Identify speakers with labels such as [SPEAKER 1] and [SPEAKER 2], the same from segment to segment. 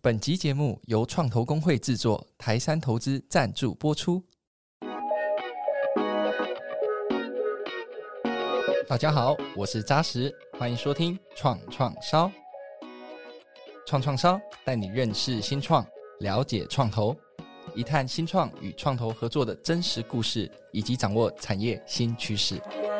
[SPEAKER 1] 本集节目由创投公会制作，台山投资赞助播出。大家好，我是扎实，欢迎收听创创烧。创创烧带你认识新创，了解创投，一探新创与创投合作的真实故事，以及掌握产业新趋势。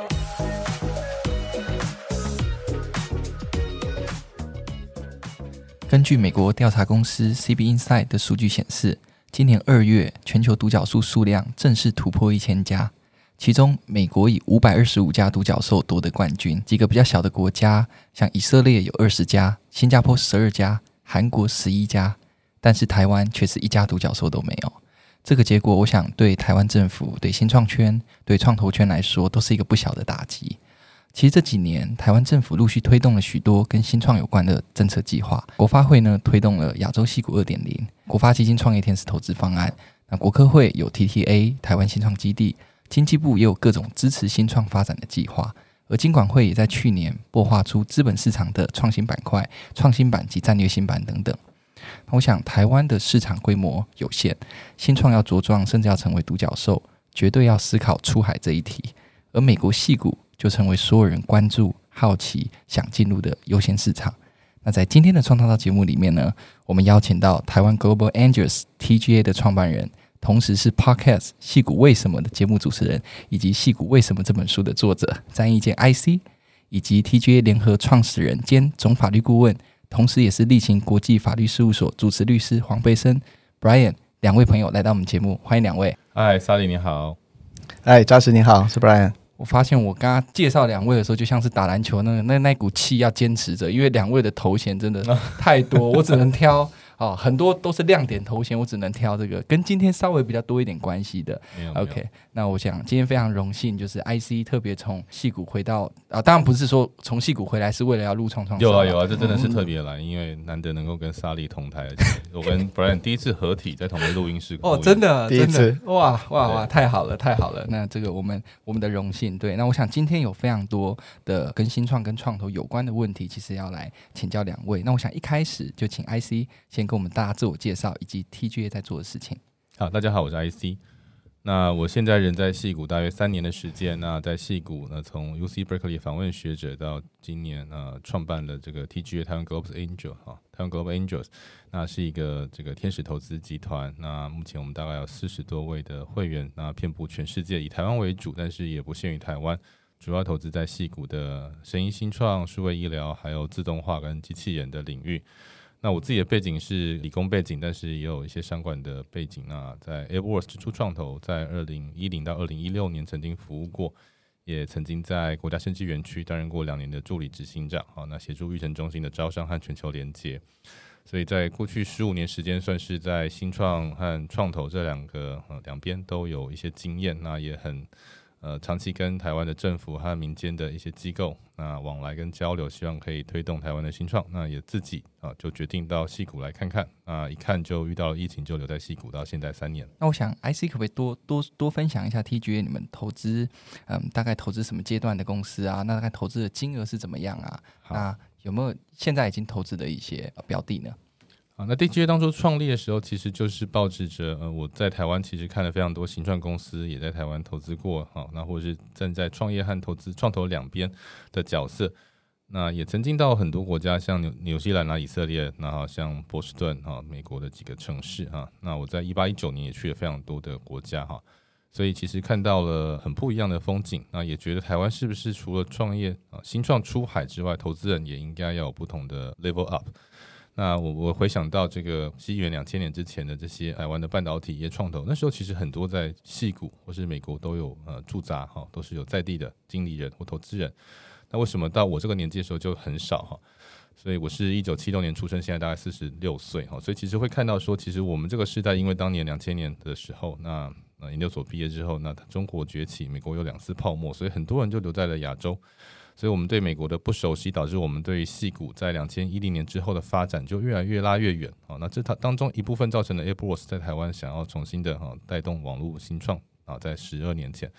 [SPEAKER 1] 根据美国调查公司 CB Insight 的数据显示，今年2月全球独角兽数量正式突破1000家，其中美国以525家独角兽夺得冠军，几个比较小的国家像以色列有20家，新加坡12家，韩国11家，但是台湾却是一家独角兽都没有。这个结果我想对台湾政府、对新创圈、对创投圈来说都是一个不小的打击。其实这几年台湾政府陆续推动了许多跟新创有关的政策计划，国发会呢推动了亚洲矽谷 2.0， 国发基金创业天使投资方案，那国科会有 TTA 台湾新创基地，经济部也有各种支持新创发展的计划，而金管会也在去年擘画出资本市场的创新板块、创新板及战略新板等等。我想台湾的市场规模有限，新创要茁壮甚至要成为独角兽，绝对要思考出海这一题，而美国矽谷就成为所有人关注、好奇、想进入的优先市场。那在今天的创创烧节目里面呢，我们邀请到台湾 Global Angels TGA 的创办人，同时是 Podcast 矽谷为什么的节目主持人，以及矽谷为什么这本书的作者詹益健 IC， 以及 TGA 联合创始人兼总法律顾问，同时也是力勤国际法律事务所主持律师黄培生 Brian 两位朋友来到我们节目，欢迎两位。
[SPEAKER 2] 嗨，萨利你好。
[SPEAKER 3] 嗨，扎实你好，是 Brian。
[SPEAKER 1] 我发现我刚刚介绍两位的时候，就像是打篮球那股气要坚持着，因为两位的头衔真的太多，我只能挑很多都是亮点头衔，我只能挑这个跟今天稍微比较多一点关系的。OK， 那我想今天非常荣幸，就是 IC 特别从矽谷回到当然不是说从矽谷回来是为了要录创创烧，
[SPEAKER 2] 有啊，这真的是特别来，因为难得能够跟萨利同台，我跟 Brian 第一次合体在同一个录音室
[SPEAKER 1] 真的
[SPEAKER 3] 第一次，
[SPEAKER 1] 哇，太好了，那这个我们的荣幸。对，那我想今天有非常多的跟新创跟创投有关的问题，其实要来请教两位。那我想一开始就请 IC 先跟我们大家自我介绍，以及 TGA 在做的事情。
[SPEAKER 2] 好，大家好，我是 IC。那我现在人在矽谷大约3年的时间。那在矽谷呢，从 UC Berkeley 访问学者到今年创办了这个 TGA 台湾 Global Angels 台湾 Global Angels， 那是一个这个天使投资集团。那目前我们大概有40多位的会员，那遍布全世界，以台湾为主，但是也不限于台湾，主要投资在矽谷的生医新创、数位医疗，还有自动化跟机器人的领域。那我自己的背景是理工背景，但是也有一些相关的背景。那在 AppWorks 支出创投，在2010到2016年曾经服务过，也曾经在国家生技园区担任过2年的助理执行长。那协助育成中心的招商和全球连结。所以在过去15年时间，算是在新创和创投这两边都有一些经验。那也很长期跟台湾的政府和民间的一些机构往来跟交流，希望可以推动台湾的新创。那也自己就决定到矽谷来看看。一看就遇到了疫情，就留在矽谷到现在3年。
[SPEAKER 1] 那我想 IC 可不可以多分享一下 TGA 你们投资大概投资什么阶段的公司啊？那大概投资的金额是怎么样啊？那有没有现在已经投资的一些标的呢？
[SPEAKER 2] 那 TGA 当初创立的时候，其实就是抱持着我在台湾其实看了非常多新创公司，也在台湾投资过，那或者是站在创业和投资创投两边的角色。那也曾经到很多国家，像纽西兰以色列，那像波士顿美国的几个城市。那我在18、19年也去了非常多的国家，所以其实看到了很不一样的风景。那也觉得台湾是不是除了创业新创出海之外，投资人也应该要有不同的 level up。那我回想到这个西元2000年之前的这些台湾的半导体业创投，那时候其实很多在矽谷或是美国都有驻扎，都是有在地的经理人或投资人。那为什么到我这个年纪的时候就很少？所以我是1976年出生，现在大概46岁，所以其实会看到说，其实我们这个世代，因为当年2000年的时候，那研究所毕业之后，那中国崛起，美国有2次泡沫，所以很多人就留在了亚洲。所以我们对美国的不熟悉，导致我们对于矽谷在2010年之后的发展就越来越拉越远。那这当中一部分造成了 AppWorks 在台湾想要重新的带动网络新创在12年前。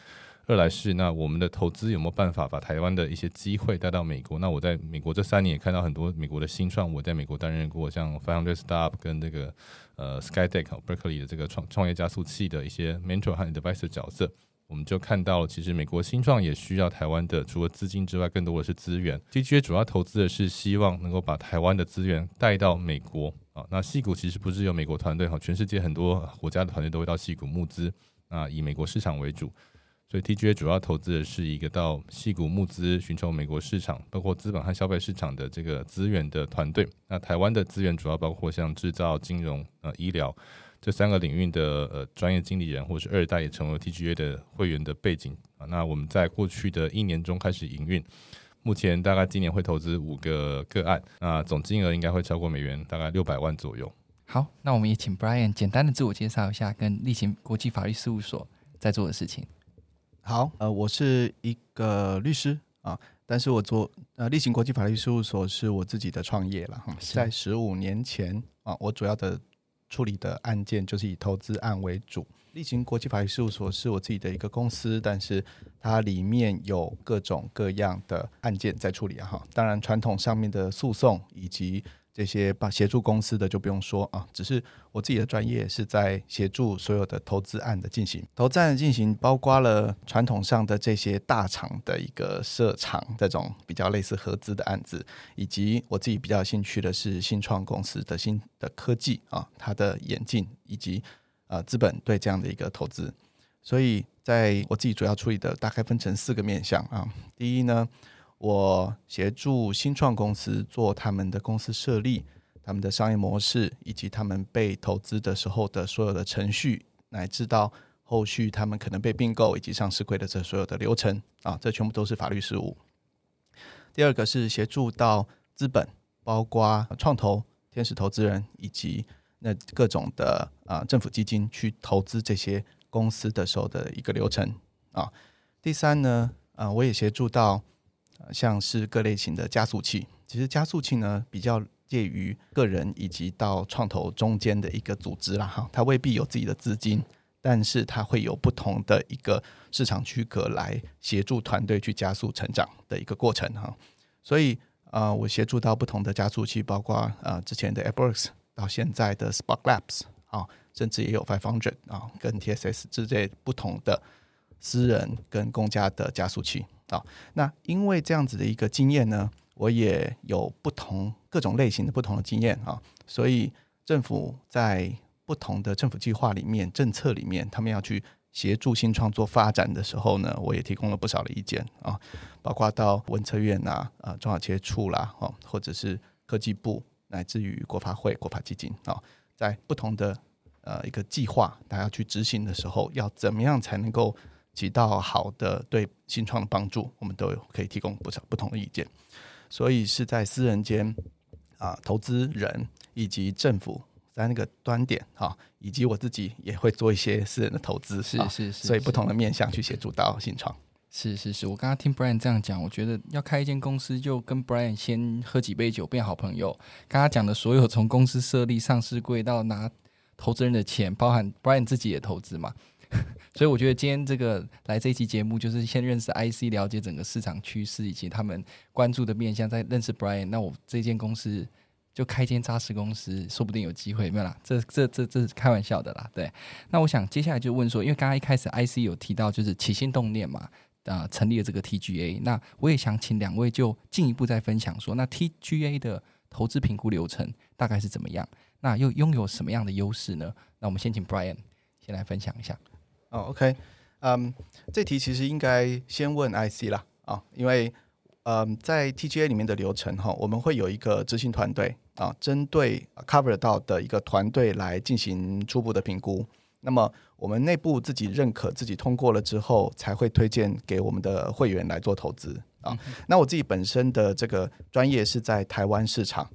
[SPEAKER 2] 二来是那我们的投资有没有办法把台湾的一些机会带到美国？那我在美国这3年也看到很多美国的新创，我在美国担任过像 Founder Startup 跟那个Skydeck Berkeley 的这个创业加速器的一些 mentor 和 advisor 角色。我们就看到了，其实美国新创也需要台湾的除了资金之外，更多的是资源。TGA 主要投资的是希望能够把台湾的资源带到美国啊。那矽谷其实不是有美国团队，全世界很多国家的团队都会到矽谷募资，那以美国市场为主。所以 TGA 主要投资的是一个到矽谷募资，寻求美国市场，包括资本和消费市场的这个资源的团队。那台湾的资源主要包括像制造、金融、医疗。这3个领域的专业经理人或是2代也成为 TGA 的会员的背景啊。那我们在过去的1年中开始营运，目前大概今年会投资5个个案，那总金额应该会超过美元大概600万左右。
[SPEAKER 1] 好，那我们也请 Brian 简单的自我介绍一下跟立行国际法律事务所在做的事情。
[SPEAKER 3] 好，我是一个律师啊，但是我做立行国际法律事务所是我自己的创业了。在15年前啊，我主要的处理的案件就是以投资案为主。立行国际法律事务所是我自己的一个公司，但是它里面有各种各样的案件在处理啊。当然传统上面的诉讼以及这些协助公司的就不用说啊，只是我自己的专业是在协助所有的投资案的进行。投资案的进行包括了传统上的这些大厂的一个设厂这种比较类似合资的案子，以及我自己比较有兴趣的是新创公司的新的科技啊，它的演进以及资本对这样的一个投资。所以在我自己主要处理的大概分成4个面向啊。第一呢，我协助新创公司做他们的公司设立、他们的商业模式，以及他们被投资的时候的所有的程序，乃至到后续他们可能被并购以及上市柜的这所有的流程啊，这全部都是法律事务。第2个是协助到资本，包括创投、天使投资人以及那各种的政府基金去投资这些公司的时候的一个流程啊。第3呢，我也协助到像是各类型的加速器。其实加速器呢比较介于个人以及到创投中间的一个组织啦哈，它未必有自己的资金，但是它会有不同的一个市场区隔来协助团队去加速成长的一个过程哈。所以我协助到不同的加速器，包括之前的 AppWorks 到现在的 Spark Labs 甚至也有500跟 TSS 之类不同的私人跟公家的加速器。那因为这样子的一个经验呢，我也有各种类型的不同的经验所以政府在不同的政府计划里面、政策里面，他们要去协助新创做发展的时候呢，我也提供了不少的意见包括到文策院中小企业处啦或者是科技部，乃至于国发会、国发基金在不同的一个计划大家去执行的时候，要怎么样才能够起到好的对新创的帮助，我们都可以提供不少不同的意见。所以是在私人间投资人以及政府在那个端点以及我自己也会做一些私人的投资，是所以不同的面向去协助到新创。
[SPEAKER 1] 是，我刚刚听 Brian 这样讲，我觉得要开一间公司就跟 Brian 先喝几杯酒变好朋友。刚刚讲的所有从公司设立、上市柜到拿投资人的钱，包含 Brian 自己也投资嘛所以我觉得今天这个来这一期节目，就是先认识 IC， 了解整个市场趋势以及他们关注的面向，再认识 Brian。那我这间公司就开间扎实公司，说不定有机会，没有啦，这是开玩笑的啦。对，那我想接下来就问说，因为刚刚一开始 IC 有提到就是起心动念嘛，成立了这个 TGA。那我也想请2位就进一步再分享说，那 TGA 的投资评估流程大概是怎么样？那又拥有什么样的优势呢？那我们先请 Brian 先来分享一下。
[SPEAKER 3] OK， 这题其实应该先问 IC 啦因为在 TGA 里面的流程我们会有一个执行团队针对 cover 到的一个团队来进行初步的评估。那么我们内部自己认可、自己通过了之后，才会推荐给我们的会员来做投资那我自己本身的这个专业是在台湾市场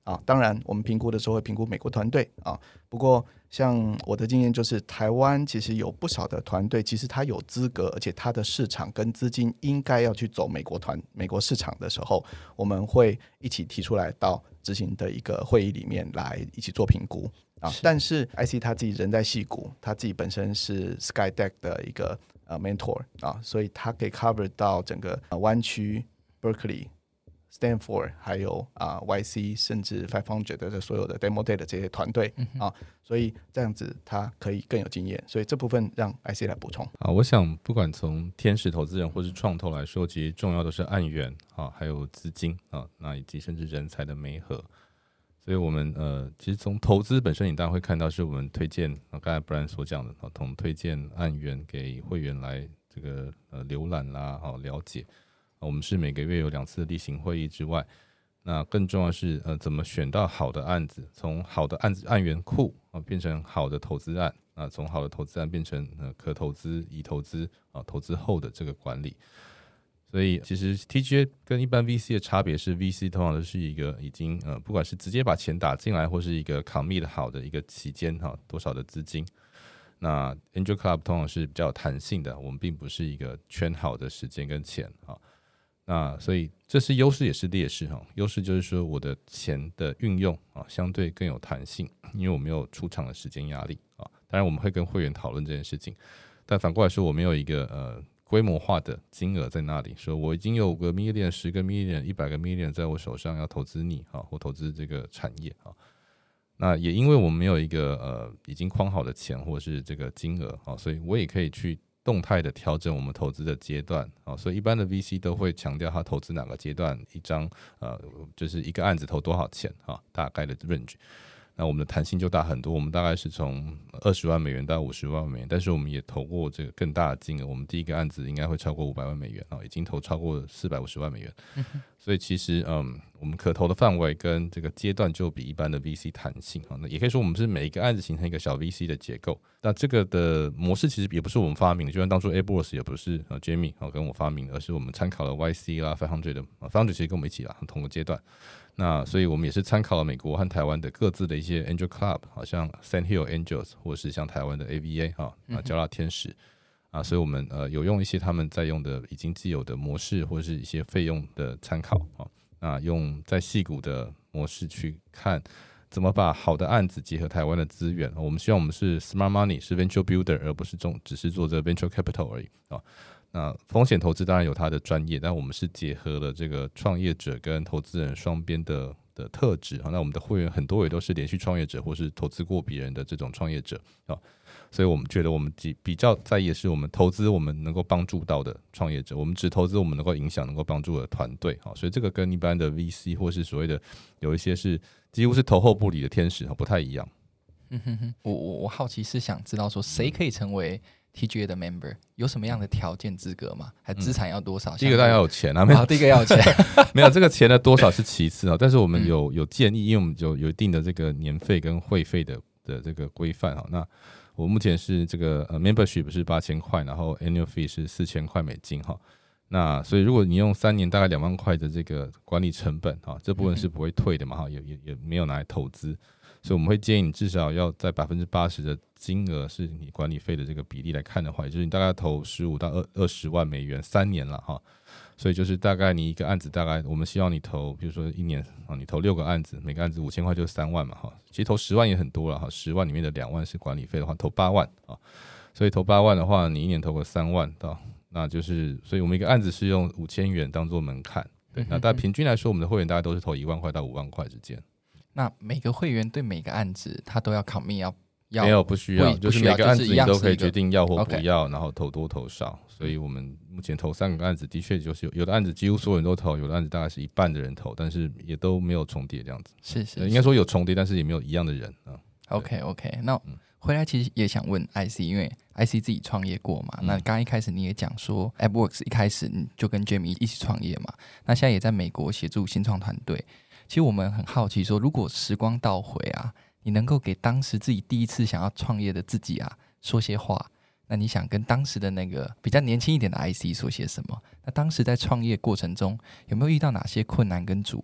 [SPEAKER 3] 啊。当然，我们评估的时候会评估美国团队啊。不过，像我的经验就是，台湾其实有不少的团队，其实他有资格，而且他的市场跟资金应该要去走美国市场的时候，我们会一起提出来到执行的一个会议里面来一起做评估啊。但是 IC 他自己人在矽谷，他自己本身是 Skydeck 的一个mentor 啊，所以他可以 cover 到整个湾区 Berkeley。Stanford 还有YC 甚至500的所有的 Demo Day 的这些团队啊，所以这样子他可以更有经验，所以这部分让 IC 来补充。
[SPEAKER 2] 我想不管从天使投资人或是创投来说，其实重要的是案源还有资金那以及甚至人才的媒合。所以我们其实从投资本身，你当然会看到是我们推荐刚才 Brian 所讲的从推荐案源给会员来这个浏览啦了解。我们是每个月有2次例行会议之外，那更重要的是怎么选到好的案子，从好的案源库变成好的投资案，从好的投资案变成可投资、已投资投资后的这个管理。所以其实 TGA 跟一般 VC 的差别是 VC 通常都是一个已经不管是直接把钱打进来，或是一个 commit 好的一个期间多少的资金。那 Angel Club 通常是比较有弹性的，我们并不是一个圈好的时间跟钱那所以这是优势也是劣势优势就是说我的钱的运用相对更有弹性，因为我没有出场的时间压力当然我们会跟会员讨论这件事情，但反过来说我没有一个规模化的金额在那里，说我已经有个 million、10个 million、100个 million 在我手上要投资你或投资这个产业那也因为我们没有一个已经框好的钱或是这个金额所以我也可以去动态的调整我们投资的阶段所以一般的 VC 都会强调他投资哪个阶段一张就是一个案子投多少钱大概的 range。那我们的弹性就大很多，我们大概是从20万美元到50万美元，但是我们也投过这个更大的金额，我们第一个案子应该会超过500万美元已经投超过450万美元所以其实我们可投的范围跟这个阶段就比一般的 VC 弹性那也可以说我们是每一个案子形成一个小 VC 的结构。那这个的模式其实也不是我们发明的，就像当初 ABOS 也不是Jamie 跟我发明的，而是我们参考了 YC 啦500的500其实跟我们一起啦同个阶段。那所以我们也是参考了美国和台湾的各自的一些 Angel Club 好像 Sand Hill Angels 或是像台湾的 AVA 交大天使所以我们有用一些他们在用的已经既有的模式或是一些费用的参考那用在矽谷的模式去看怎么把好的案子结合台湾的资源。我们希望我们是 Smart Money 是 Venture Builder 而不是只是做这个 Venture Capital 而已那风险投资当然有它的专业，但我们是结合了这个创业者跟投资人双边的特质那我们的会员很多也都是连续创业者或是投资过别人的这种创业者所以我们觉得我们比较在意的是我们投资我们能够帮助到的创业者，我们只投资我们能够影响能够帮助的团队所以这个跟一般的 VC 或是所谓的有一些是几乎是投后不理的天使不太一样。
[SPEAKER 1] 我好奇是想知道说谁可以成为TGA 的 member 有什么样的条件资格吗？还资产要多少？
[SPEAKER 2] 第一个当然要有钱没有
[SPEAKER 1] 第一个要有钱
[SPEAKER 2] 没有这个钱的多少是其次但是我们有建议，因为我们有一定的这个年费跟会费的这个规范那我目前是这个membership 是8000块，然后 annual fee 是4000块美金那所以如果你用3年大概2万块的这个管理成本这部分是不会退的嘛也没有拿来投资，所以我们会建议你至少要在 80% 的金额是你管理费的这个比例来看的话，也就是你大概投15到20万美元3年了所以就是大概你一个案子大概我们希望你投比如说1年你投6个案子，每个案子5000块就是3万嘛其实投10万也很多了10万里面的2万是管理费的话投8万所以投8万的话你1年投个3万那就是所以我们一个案子是用5000元当做门槛对那大概平均来说我们的会员大概都是投1万块到5万块之间。
[SPEAKER 1] 那每个会员对每个案子他都要 commit
[SPEAKER 2] 没有不需要，就是每个案子你都可以决定要或不要然后投多投少所以我们目前投3个案子的确就是有的案子几乎所有人都投，有的案子大概是一半的人投，但是也都没有重叠这样子。
[SPEAKER 1] 是
[SPEAKER 2] 应该说有重叠但是也没有一样的人
[SPEAKER 1] OK 那回来其实也想问 IC， 因为 IC 自己创业过嘛那刚一开始你也讲说 AppWorks 一开始你就跟 Jamie 一起创业嘛，那现在也在美国协助新创团队。其实我们很好奇说，如果时光倒回你能够给当时自己第一次想要创业的自己说些话，那你想跟当时的那个比较年轻一点的 IC 说些什么？那当时在创业过程中有没有遇到哪些困难跟阻碍，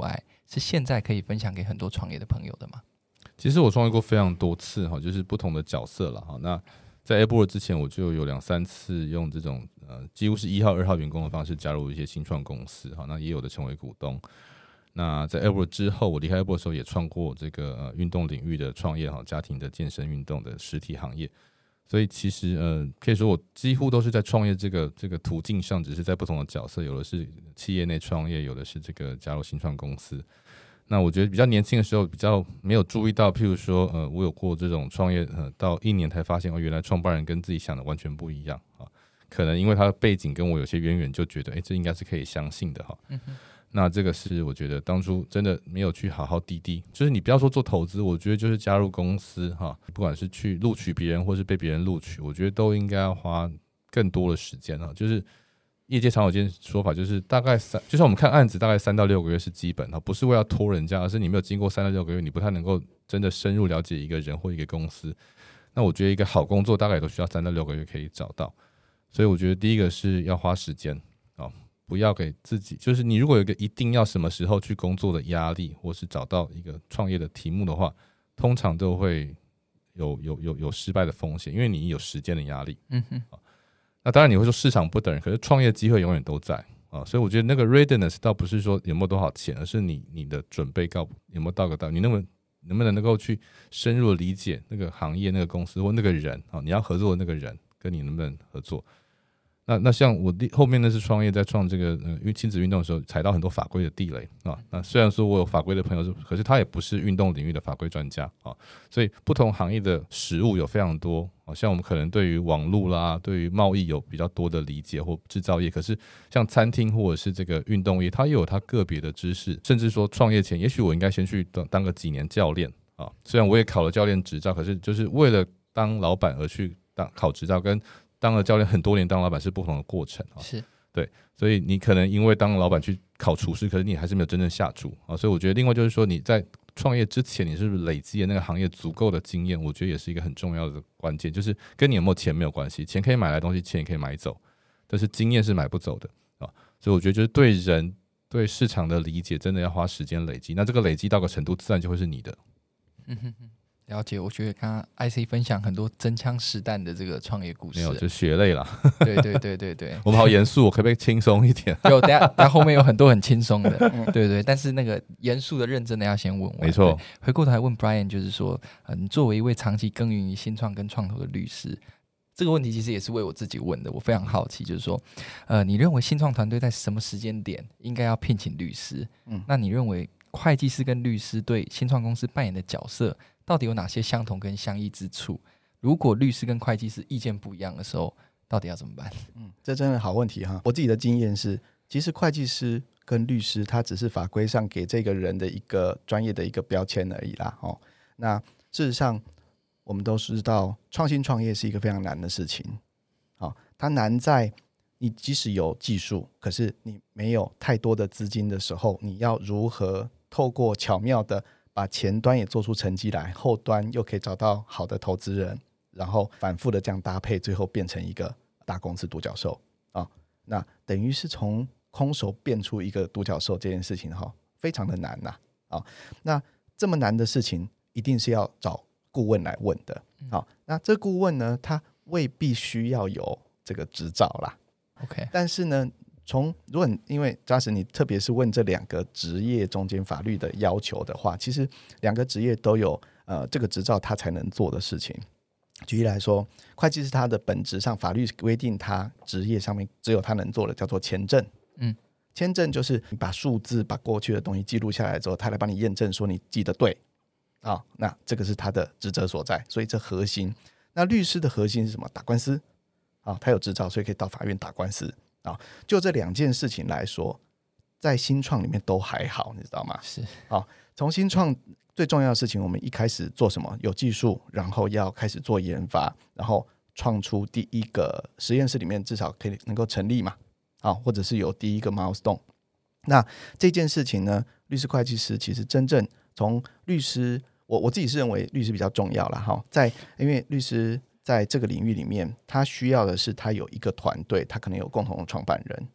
[SPEAKER 1] 是现在可以分享给很多创业的朋友的吗？
[SPEAKER 2] 其实我创业过非常多次哈，就是不同的角色了哈。那在 Airboard 之前，我就有2-3次用这种几乎是1号、2号员工的方式加入一些新创公司哈，那也有的成为股东。那在 Airboard 之后，我离开 Airboard 的时候也创过这个运动领域的创业哈，家庭的健身运动的实体行业。所以其实可以说我几乎都是在创业这个途径上，只是在不同的角色，有的是企业内创业，有的是这个加入新创公司。那我觉得比较年轻的时候比较没有注意到，譬如说我有过这种创业到1年才发现原来创办人跟自己想的完全不一样啊，可能因为他的背景跟我有些渊源，就觉得这应该是可以相信的哈。那这个是我觉得当初真的没有去好好滴滴，就是你不要说做投资，我觉得就是加入公司哈，不管是去录取别人或是被别人录取，我觉得都应该要花更多的时间哈。就是业界常有件说法，就是大概就像我们看案子，大概3到6个月是基本，不是为了拖人家，而是你没有经过3到6个月，你不太能够真的深入了解一个人或一个公司。那我觉得一个好工作大概也都需要3到6个月可以找到，所以我觉得第一个是要花时间不要给自己，就是你如果有一个一定要什么时候去工作的压力，或是找到一个创业的题目的话，通常都会有失败的风险，因为你有时间的压力。那当然你会说市场不等人，可是创业机会永远都在所以我觉得那个 readiness 倒不是说有没有多少钱，而是你的准备有没有到个到，你能不能够去深入的理解那个行业、那个公司或那个人你要合作的那个人跟你能不能合作。那像我后面那次创业，在创这个亲子运动的时候，踩到很多法规的地雷那虽然说我有法规的朋友，可是他也不是运动领域的法规专家所以不同行业的实务有非常多像我们可能对于网络啦、对于贸易有比较多的理解或制造业，可是像餐厅或者是这个运动业，它也有它个别的知识，甚至说创业前，也许我应该先去当个几年教练虽然我也考了教练执照，可是就是为了当老板而去考执照，跟当了教练很多年当老板是不同的过程
[SPEAKER 1] 是
[SPEAKER 2] 对，所以你可能因为当老板去考厨师，可是你还是没有真正下厨所以我觉得另外就是说你在创业之前，你是不是累积了那个行业足够的经验，我觉得也是一个很重要的关键，就是跟你有没有钱没有关系，钱可以买来的东西，钱也可以买走，但是经验是买不走的所以我觉得就是对人对市场的理解真的要花时间累积，那这个累积到个程度，自然就会是你的。
[SPEAKER 1] 了解，我觉得刚刚 IC 分享很多真枪实弹的这个创业故事，
[SPEAKER 2] 没有就血泪啦。
[SPEAKER 1] 对，
[SPEAKER 2] 我们好严肃，我可不可以轻松一点？
[SPEAKER 1] 就等下后面有很多很轻松的，对，但是那个严肃的、认真的要先问完。
[SPEAKER 2] 没错，
[SPEAKER 1] 回过头来问 Brian， 就是说，你作为一位长期耕耘于新创跟创投的律师，这个问题其实也是为我自己问的，我非常好奇，就是说，你认为新创团队在什么时间点应该要聘请律师？那你认为会计师跟律师对新创公司扮演的角色到底有哪些相同跟相异之处？如果律师跟会计师意见不一样的时候，到底要怎么办？
[SPEAKER 3] 这真的好问题哈。我自己的经验是，其实会计师跟律师他只是法规上给这个人的一个专业的一个标签而已啦那事实上我们都知道，创新创业是一个非常难的事情它难在你即使有技术，可是你没有太多的资金的时候，你要如何透过巧妙的把前端也做出成绩来，后端又可以找到好的投资人，然后反复的这样搭配，最后变成一个大公司独角兽那等于是从空手变出一个独角兽这件事情非常的难那这么难的事情一定是要找顾问来问的那这顾问呢，他未必需要有这个执照啦
[SPEAKER 1] OK，
[SPEAKER 3] 但是呢如果因为扎实你特别是问这2个职业中间法律的要求的话，其实2个职业都有这个执照他才能做的事情。举例来说，会计师他的本质上法律规定他职业上面只有他能做的叫做签证签证就是你把数字把过去的东西记录下来之后，他来帮你验证说你记得对那这个是他的职责所在，所以这核心。那律师的核心是什么？打官司他有执照，所以可以到法院打官司就这2件事情来说，在新创里面都还好，你知道吗？
[SPEAKER 1] 是
[SPEAKER 3] 从新创最重要的事情，我们一开始做什么？有技术，然后要开始做研发，然后创出第一个实验室里面至少可以能够成立嘛或者是有第一个 milestone。那这件事情呢，律师会计师其实真正从律师，我自己是认为律师比较重要啦因为律师在这个领域里面，他需要的是他有一个团队，他可能有共同的创办人。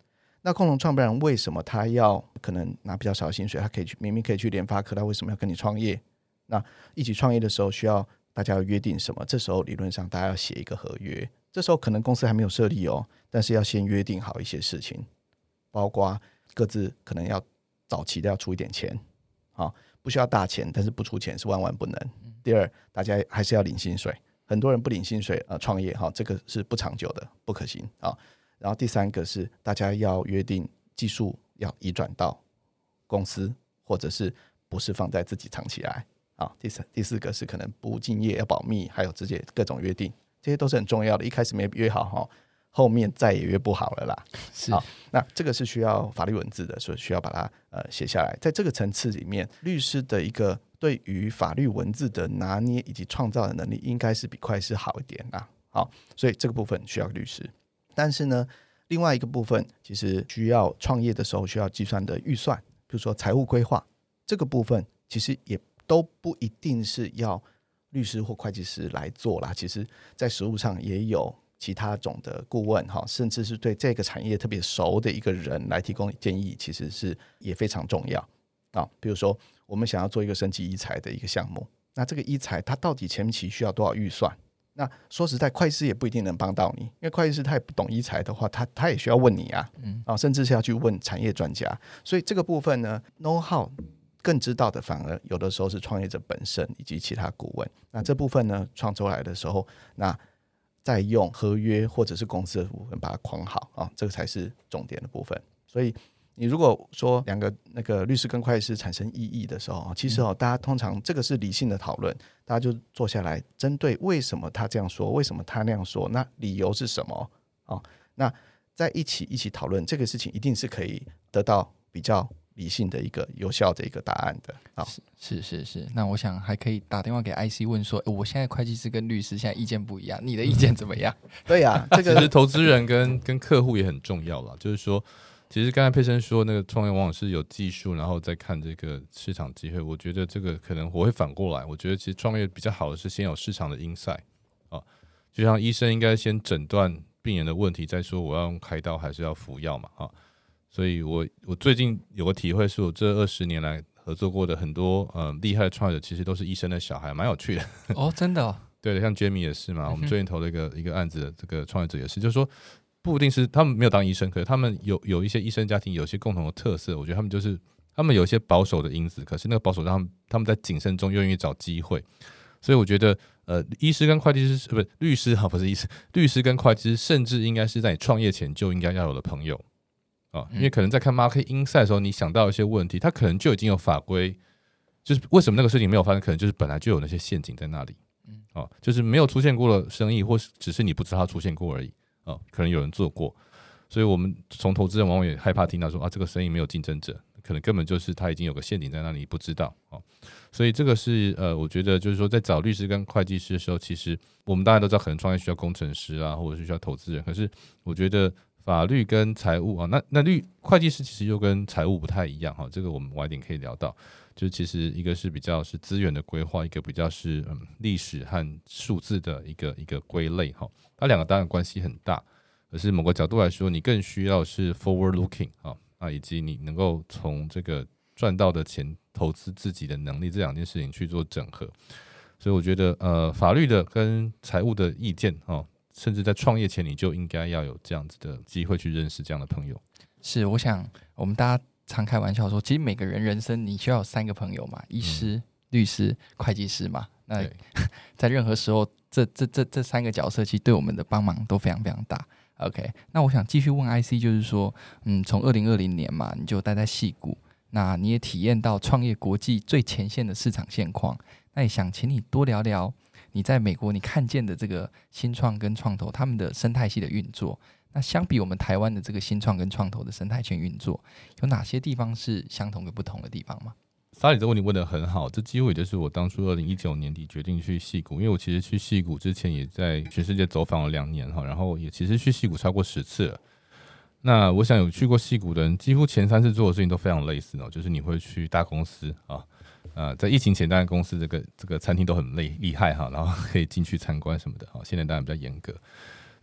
[SPEAKER 3] 那共同创办人为什么他要可能拿比较少的薪水，他明明可以去联发科，他为什么要跟你创业？那一起创业的时候需要大家要约定什么？这时候理论上大家要写一个合约，这时候可能公司还没有设立但是要先约定好一些事情，包括各自可能要早期的要出一点钱，不需要大钱，但是不出钱是万万不能。第二，大家还是要领薪水，很多人不领薪水创业这个是不长久的，不可行然后第三个是大家要约定技术要移转到公司，或者是不是放在自己藏起来第四个是可能不敬业要保密，还有这些各种约定，这些都是很重要的，一开始没约好后面再也约不好了啦。好，那这个是需要法律文字的，所以需要把它写下来。在这个层次里面，律师的一个对于法律文字的拿捏以及创造的能力，应该是比会计师好一点啦。好，所以这个部分需要律师。但是呢，另外一个部分其实需要创业的时候需要计算的预算，比如说财务规划，这个部分其实也都不一定是要律师或会计师来做啦。其实在实务上也有其他种的顾问甚至是对这个产业特别熟的一个人来提供建议，其实是也非常重要比如说我们想要做一个生技医材的一个项目，那这个医材它到底前期需要多少预算？那说实在，会计师也不一定能帮到你，因为会计师他也不懂医材的话，他也需要问你甚至是要去问产业专家。所以这个部分呢 know how 更知道的反而有的时候是创业者本身以及其他顾问。那这部分呢创出来的时候，那再用合约或者是公司的部分把它框好这个才是重点的部分。所以你如果说两个那个律师跟会计师产生异议的时候，其实大家通常这个是理性的讨论，大家就坐下来针对为什么他这样说，为什么他那样说，那理由是什么那在一起讨论这个事情，一定是可以得到比较理性的一个有效的一个答案的
[SPEAKER 1] 是。那我想还可以打电话给 IC 问说，我现在会计师跟律师现在意见不一样，你的意见怎么样？
[SPEAKER 3] 对呀这个
[SPEAKER 2] 其实投资人跟客户也很重要啦，就是说其实刚才佩生说那个创业往往是有技术然后再看这个市场机会，我觉得这个可能我会反过来，我觉得其实创业比较好的是先有市场的 insight就像医生应该先诊断病人的问题，再说我要用开刀还是要服药嘛所以我最近有个体会，是我这20年来合作过的很多厉害的创业者，其实都是医生的小孩，蛮有趣的
[SPEAKER 1] 真的
[SPEAKER 2] 对，像 Jamie 也是嘛，我们最近投了一个案子的这个创业者也是，就是说不一定是他们没有当医生，可是他们有一些医生家庭有一些共同的特色，我觉得他们有一些保守的因子，可是那个保守让他们在谨慎中愿意找机会，所以我觉得医师跟会计师不是律师不是医师，律师跟会计师甚至应该是在你创业前就应该要有的朋友因为可能在看 market insight 的时候，你想到一些问题，他可能就已经有法规，就是为什么那个事情没有发生，可能就是本来就有那些陷阱在那里就是没有出现过的生意，或只是你不知道它出现过而已可能有人做过，所以我们从投资人往往也害怕听到说这个生意没有竞争者，可能根本就是他已经有个陷阱在那里，你不知道所以这个是我觉得就是说在找律师跟会计师的时候，其实我们大家都知道可能创业需要工程师或者是需要投资人，可是我觉得法律跟财务那会计师其实又跟财务不太一样这个我们晚一点可以聊到，就是其实一个是比较是资源的规划，一个比较是历史和数字的一个归类它两个当然关系很大，可是某个角度来说，你更需要是 forward looking 以及你能够从这个赚到的钱投资自己的能力这两件事情去做整合，所以我觉得法律的跟财务的意见甚至在创业前你就应该要有这样子的机会去认识这样的朋友。是，
[SPEAKER 1] 我想我们大家常开玩笑说，其实每个人人生你需要有3个朋友嘛，医师、律师、会计师嘛。那在任何时候，这3个角色其实对我们的帮忙都非常非常大。OK， 那我想继续问 IC， 就是说，从2020年嘛，你就待在矽谷，那你也体验到创业国际最前线的市场现况，那也想请你多聊聊你在美国你看见的这个新创跟创投他们的生态系的运作，那相比我们台湾的这个新创跟创投的生态圈运作，有哪些地方是相同跟不同的地方吗？
[SPEAKER 2] 萨里这个问题问得很好，这几乎也就是我当初2019年底决定去矽谷，因为我其实去矽谷之前也在全世界走访了2年然后也其实去矽谷超过10次了。那我想有去过矽谷的人，几乎前3次做的事情都非常类似就是你会去大公司在疫情前当然公司这个餐厅都很厉害然后可以进去参观什么的现在当然比较严格，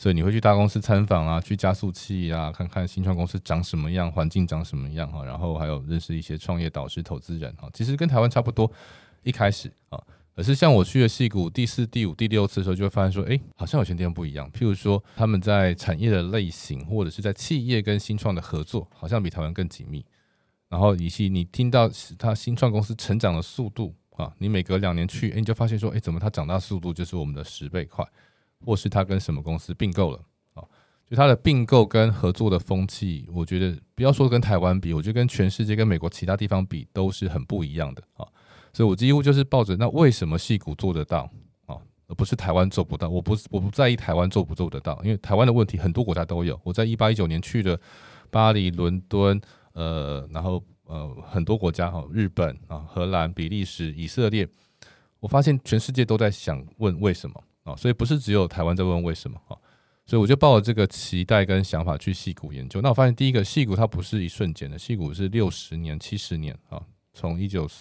[SPEAKER 2] 所以你会去大公司参访啊，去加速器啊，看看新创公司长什么样，环境长什么样，然后还有认识一些创业导师、投资人，其实跟台湾差不多一开始。可是像我去了矽谷第4、第5、第6次的时候，就会发现说，好像有些地方不一样。譬如说，他们在产业的类型，或者是在企业跟新创的合作，好像比台湾更紧密。然后以及你听到他新创公司成长的速度你每隔2年去，你就发现说，怎么它长大速度就是我们的10倍快，或是它跟什么公司并购了就它的并购跟合作的风气，我觉得不要说跟台湾比，我觉得跟全世界跟美国其他地方比都是很不一样的所以我几乎就是抱着那为什么矽谷做得到而不是台湾做不到。我不在意台湾做不做得到，因为台湾的问题很多国家都有。我在18、19年去了巴黎、伦敦，然后很多国家日本荷兰、比利时、以色列，我发现全世界都在想问为什么所以不是只有台湾在问为什么所以我就抱着这个期待跟想法去矽谷研究。那我发现第一个，矽谷它不是一瞬间的，矽谷是60年、70年从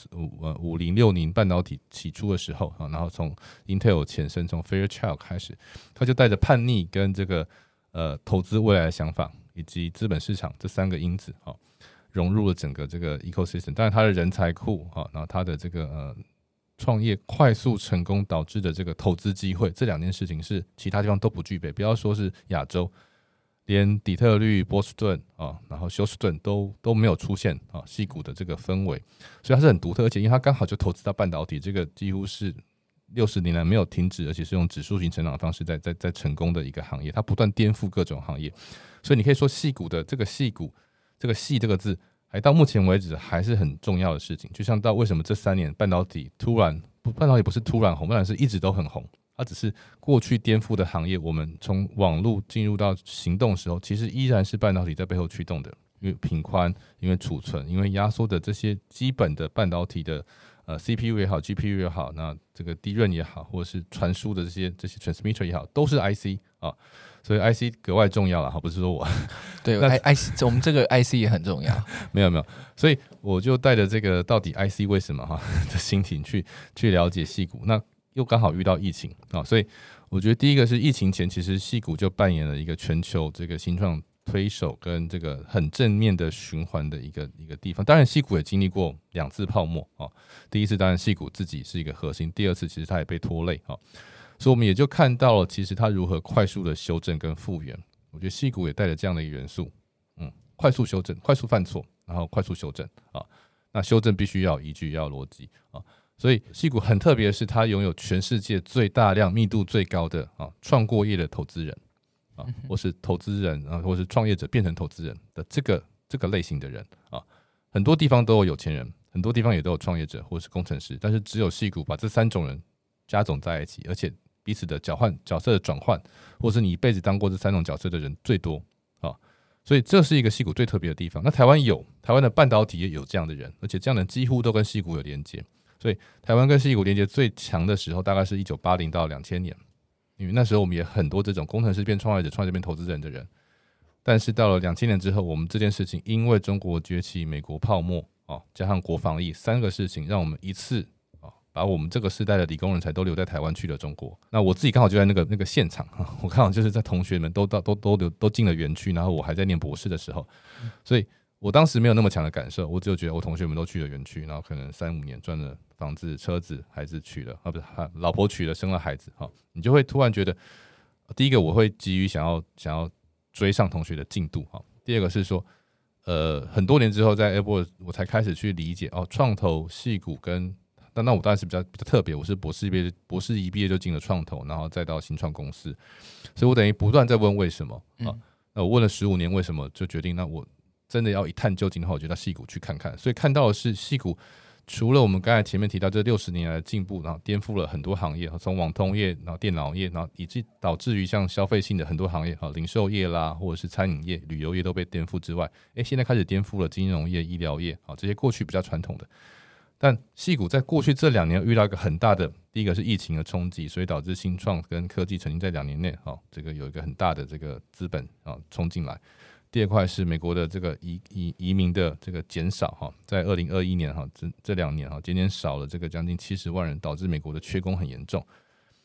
[SPEAKER 2] 1950、60半导体起初的时候然后从 Intel 前身，从 Fairchild 开始，他就带着叛逆跟这个投资未来的想法，以及资本市场这3个因子融入了整个这个 ecosystem。当然，他的人才库然后他的这个创业快速成功导致的这个投资机会，这2件事情是其他地方都不具备。不要说是亚洲，连底特律、波士顿然后休斯顿都没有出现矽谷的这个氛围，所以它是很独特。而且因为它刚好就投资到半导体，这个几乎是60年来没有停止，而且是用指数型成长的方式在成功的一个行业，它不断颠覆各种行业。所以你可以说矽谷的这个矽谷，这个矽这个字，还到目前为止还是很重要的事情。就像到为什么这3年半导体不是突然红，半导体是一直都很红。它只是过去颠覆的行业，我们从网络进入到行动的时候，其实依然是半导体在背后驱动的。因为频宽，因为储存，因为压缩的这些基本的半导体的CPU 也好 GPU 也好，那这个 DRAM 也好，或者是传输的这些 transmitter 也好，都是 IC所以 IC 格外重要了不是说我
[SPEAKER 1] 对IC 我们这个 IC 也很重要
[SPEAKER 2] 没有，所以我就带着这个到底 IC 为什么的心情去了解矽谷。那又刚好遇到疫情所以我觉得第一个是疫情前，其实矽谷就扮演了一个全球这个新创推手跟这个很正面的循环的一个地方。当然矽谷也经历过2次泡沫第一次当然矽谷自己是一个核心，第2次其实它也被拖累所以我们也就看到了其实它如何快速的修正跟复原。我觉得矽谷也带着这样的一个元素快速修正，快速犯错，然后快速修正那修正必须要有依据，要有逻辑所以矽谷很特别的是，它拥有全世界最大量、密度最高的创过业的投资人或是投资人或是创业者变成投资人的这个类型的人很多地方都有有钱人，很多地方也都有创业者或是工程师，但是只有矽谷把这3种人加总在一起，而且彼此的角色的转换，或是你一辈子当过这3种角色的人最多所以这是一个矽谷最特别的地方。那台湾的半导体也有这样的人，而且这样的人几乎都跟矽谷有连接。所以台湾跟矽谷连接最强的时候，大概是1980到2000年，因为那时候我们也很多这种工程师变创业者、创业者变投资人的人。但是到了2000年之后，我们这件事情因为中国崛起、美国泡沫加上国防疫3个事情，让我们一次把我们这个世代的理工人才都留在台湾去了中国。那我自己刚好就在那个现场我刚好就是在同学们都进了园区，然后我还在念博士的时候，所以我当时没有那么强的感受，我只有觉得我同学们都去了园区，然后可能3-5年赚了房子、车子，孩子娶了不是老婆娶了，生了孩子你就会突然觉得，第一个我会急于想要追上同学的进度第二个是说很多年之后在 Airboard 我才开始去理解创投矽谷跟那我当然是比较特别，我是博士一毕业就进了创投，然后再到新创公司，所以我等于不断在问为什么那我问了15年为什么，就决定那我真的要一探究竟的话，我就到矽谷去看看。所以看到的是矽谷除了我们刚才前面提到这60年来的进步，然后颠覆了很多行业，从网通业，然后电脑业，然后以及导致于像消费性的很多行业零售业啦，或者是餐饮业、旅游业都被颠覆之外，现在开始颠覆了金融业、医疗业这些过去比较传统的。但矽谷在过去这2年遇到一个很大的，第一个是疫情的冲击，所以导致新创跟科技曾经在2年内这个有一个很大的这个资本冲进来。第二块是美国的这个移民的这个减少在2021年这2年减少了这个将近70万人，导致美国的缺工很严重。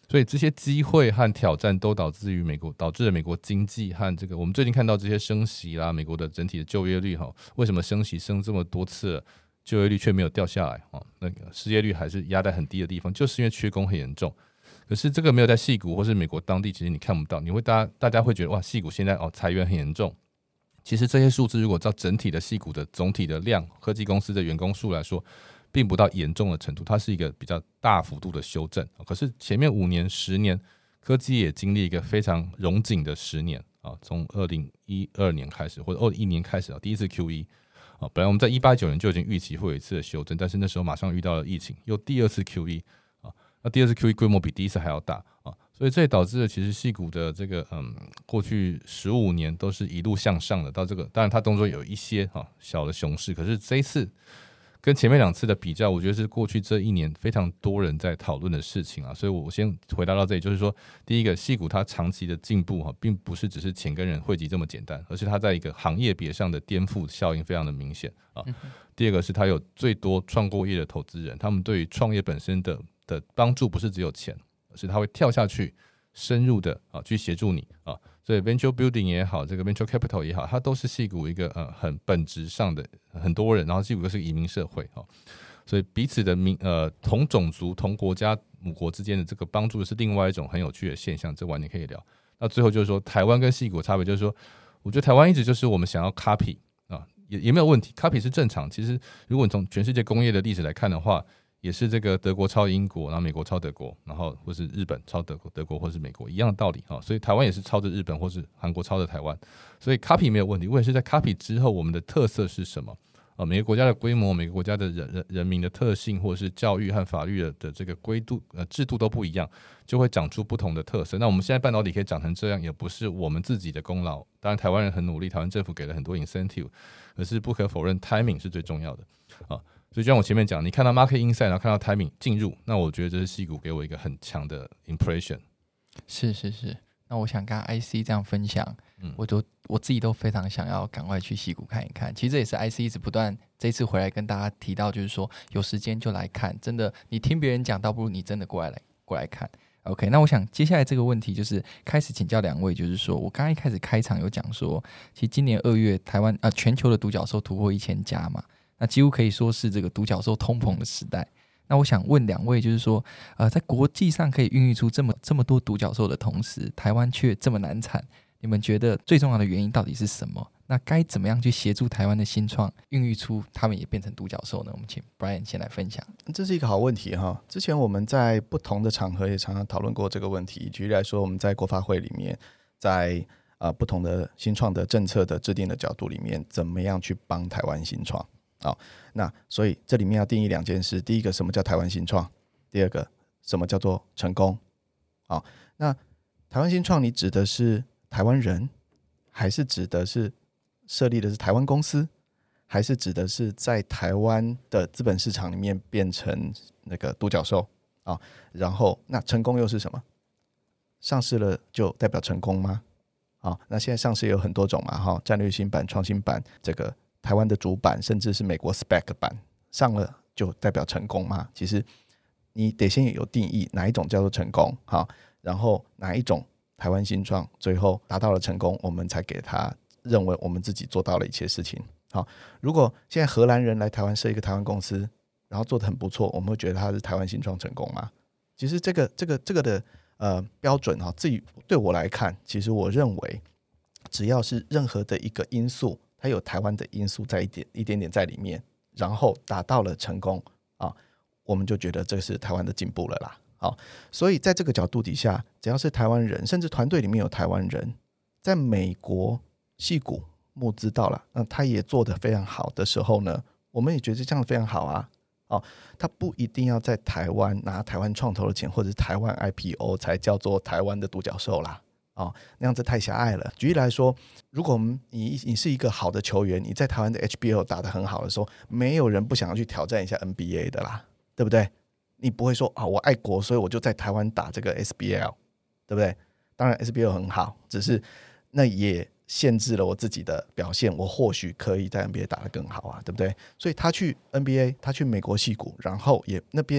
[SPEAKER 2] 所以这些机会和挑战都导致了美国经济和这个我们最近看到这些升息啦，美国的整体的就业率为什么升息升这么多次了，就业率却没有掉下来那个失业率还是压在很低的地方，就是因为缺工很严重。可是这个没有在矽谷或是美国当地，其实你看不到，大家会觉得哇，矽谷现在裁员很严重。其实这些数字如果照整体的矽谷的总体的量，科技公司的员工数来说，并不到严重的程度，它是一个比较大幅度的修正。可是前面5年、10年，科技也经历一个非常荣景的10年从2012年开始，或者2021年开始第一次 QE。本来我们在18-19年就已经预期会有一次的修正，但是那时候马上遇到了疫情，又第二次 QE。那第二次 QE 规模比第一次还要大所以这也导致了其实矽谷的这个过去15年都是一路向上的，到这个当然它当中有一些小的熊市，可是这一次跟前面2次的比较，我觉得是过去这1年非常多人在讨论的事情所以我先回答到这里，就是说第一个，矽谷它长期的进步并不是只是钱跟人汇集这么简单，而是它在一个行业别上的颠覆效应非常的明显第二个是它有最多创过业的投资人，他们对于创业本身的帮助不是只有钱，而是他会跳下去深入的去协助你所以 venture building 也好，这个 venture capital 也好，它都是矽谷一个很本质上的很多人，然后矽谷又是个移民社会所以彼此的同种族同国家母国之间的这个帮助是另外一种很有趣的现象，这晚点可以聊。那最后就是说台湾跟矽谷的差别，就是说我觉得台湾一直就是我们想要 copy也没有问题， copy 是正常。其实如果你从全世界工业的历史来看的话，也是这个德国抄英国，然后美国抄德国，然后或是日本抄德国或是美国，一样的道理所以台湾也是抄着日本或是韩国抄着台湾，所以 copy 没有问题。问题是在 copy 之后，我们的特色是什么每个国家的规模，每个国家的人民的特性，或者是教育和法律的这个制度都不一样，就会长出不同的特色。那我们现在半导体可以长成这样，也不是我们自己的功劳。当然台湾人很努力，台湾政府给了很多 incentive， 可是不可否认 timing 是最重要的所以就像我前面讲，你看到 market insight， 然后看到 timing 进入，那我觉得这是矽谷给我一个很强的 impression。
[SPEAKER 1] 是，那我想跟 IC 这样分享我自己都非常想要赶快去矽谷看一看。其实这也是 IC 一直不断这次回来跟大家提到，就是说有时间就来看，真的你听别人讲倒不如你真的过来看。 OK， 那我想接下来这个问题就是开始请教2位，就是说我刚刚一开始开场有讲说，其实今年2月台湾全球的独角兽突破1000家嘛，那几乎可以说是这个独角兽通膨的时代。那我想问2位，就是说在国际上可以孕育出这么多独角兽的同时，台湾却这么难产，你们觉得最重要的原因到底是什么？那该怎么样去协助台湾的新创孕育出他们也变成独角兽呢？我们请 Brian 先来分享。
[SPEAKER 3] 这是一个好问题之前我们在不同的场合也常常讨论过这个问题。举例来说，我们在国发会里面，在不同的新创的政策的制定的角度里面，怎么样去帮台湾新创那所以这里面要定义2件事。第一个，什么叫台湾新创？第二个，什么叫做成功？那台湾新创你指的是台湾人，还是指的是设立的是台湾公司，还是指的是在台湾的资本市场里面变成那个独角兽然后那成功又是什么？上市了就代表成功吗？那现在上市有很多种嘛战略新版、创新版，这个台湾的主版，甚至是美国 spec 版，上了就代表成功吗？其实你得先有定义，哪一种叫做成功然后哪一种台湾新创最后达到了成功，我们才给他认为我们自己做到了一些事情。如果现在荷兰人来台湾设一个台湾公司，然后做得很不错，我们会觉得他是台湾新创成功吗？其实这个的标准自己对我来看，其实我认为只要是任何的一个因素，它有台湾的因素在一点点在里面，然后达到了成功我们就觉得这是台湾的进步了啦。所以在这个角度底下，只要是台湾人，甚至团队里面有台湾人，在美国矽谷募资到了，他也做得非常好的时候呢，我们也觉得这样非常好他不一定要在台湾拿台湾创投的钱，或者是台湾 IPO 才叫做台湾的独角兽啦那样子太狭隘了。举例来说，如果你是一个好的球员，你在台湾的 HBL 打得很好的时候，没有人不想要去挑战一下 NBA 的啦，对不对？你不会说我爱国，所以我就在台湾打这个 SBL， 对不对？当然 SBL 很好，只是那也限制了我自己的表现，我或许可以在 NBA 打得更好对不对？所以他去 NBA， 他去美国矽谷，然后也那边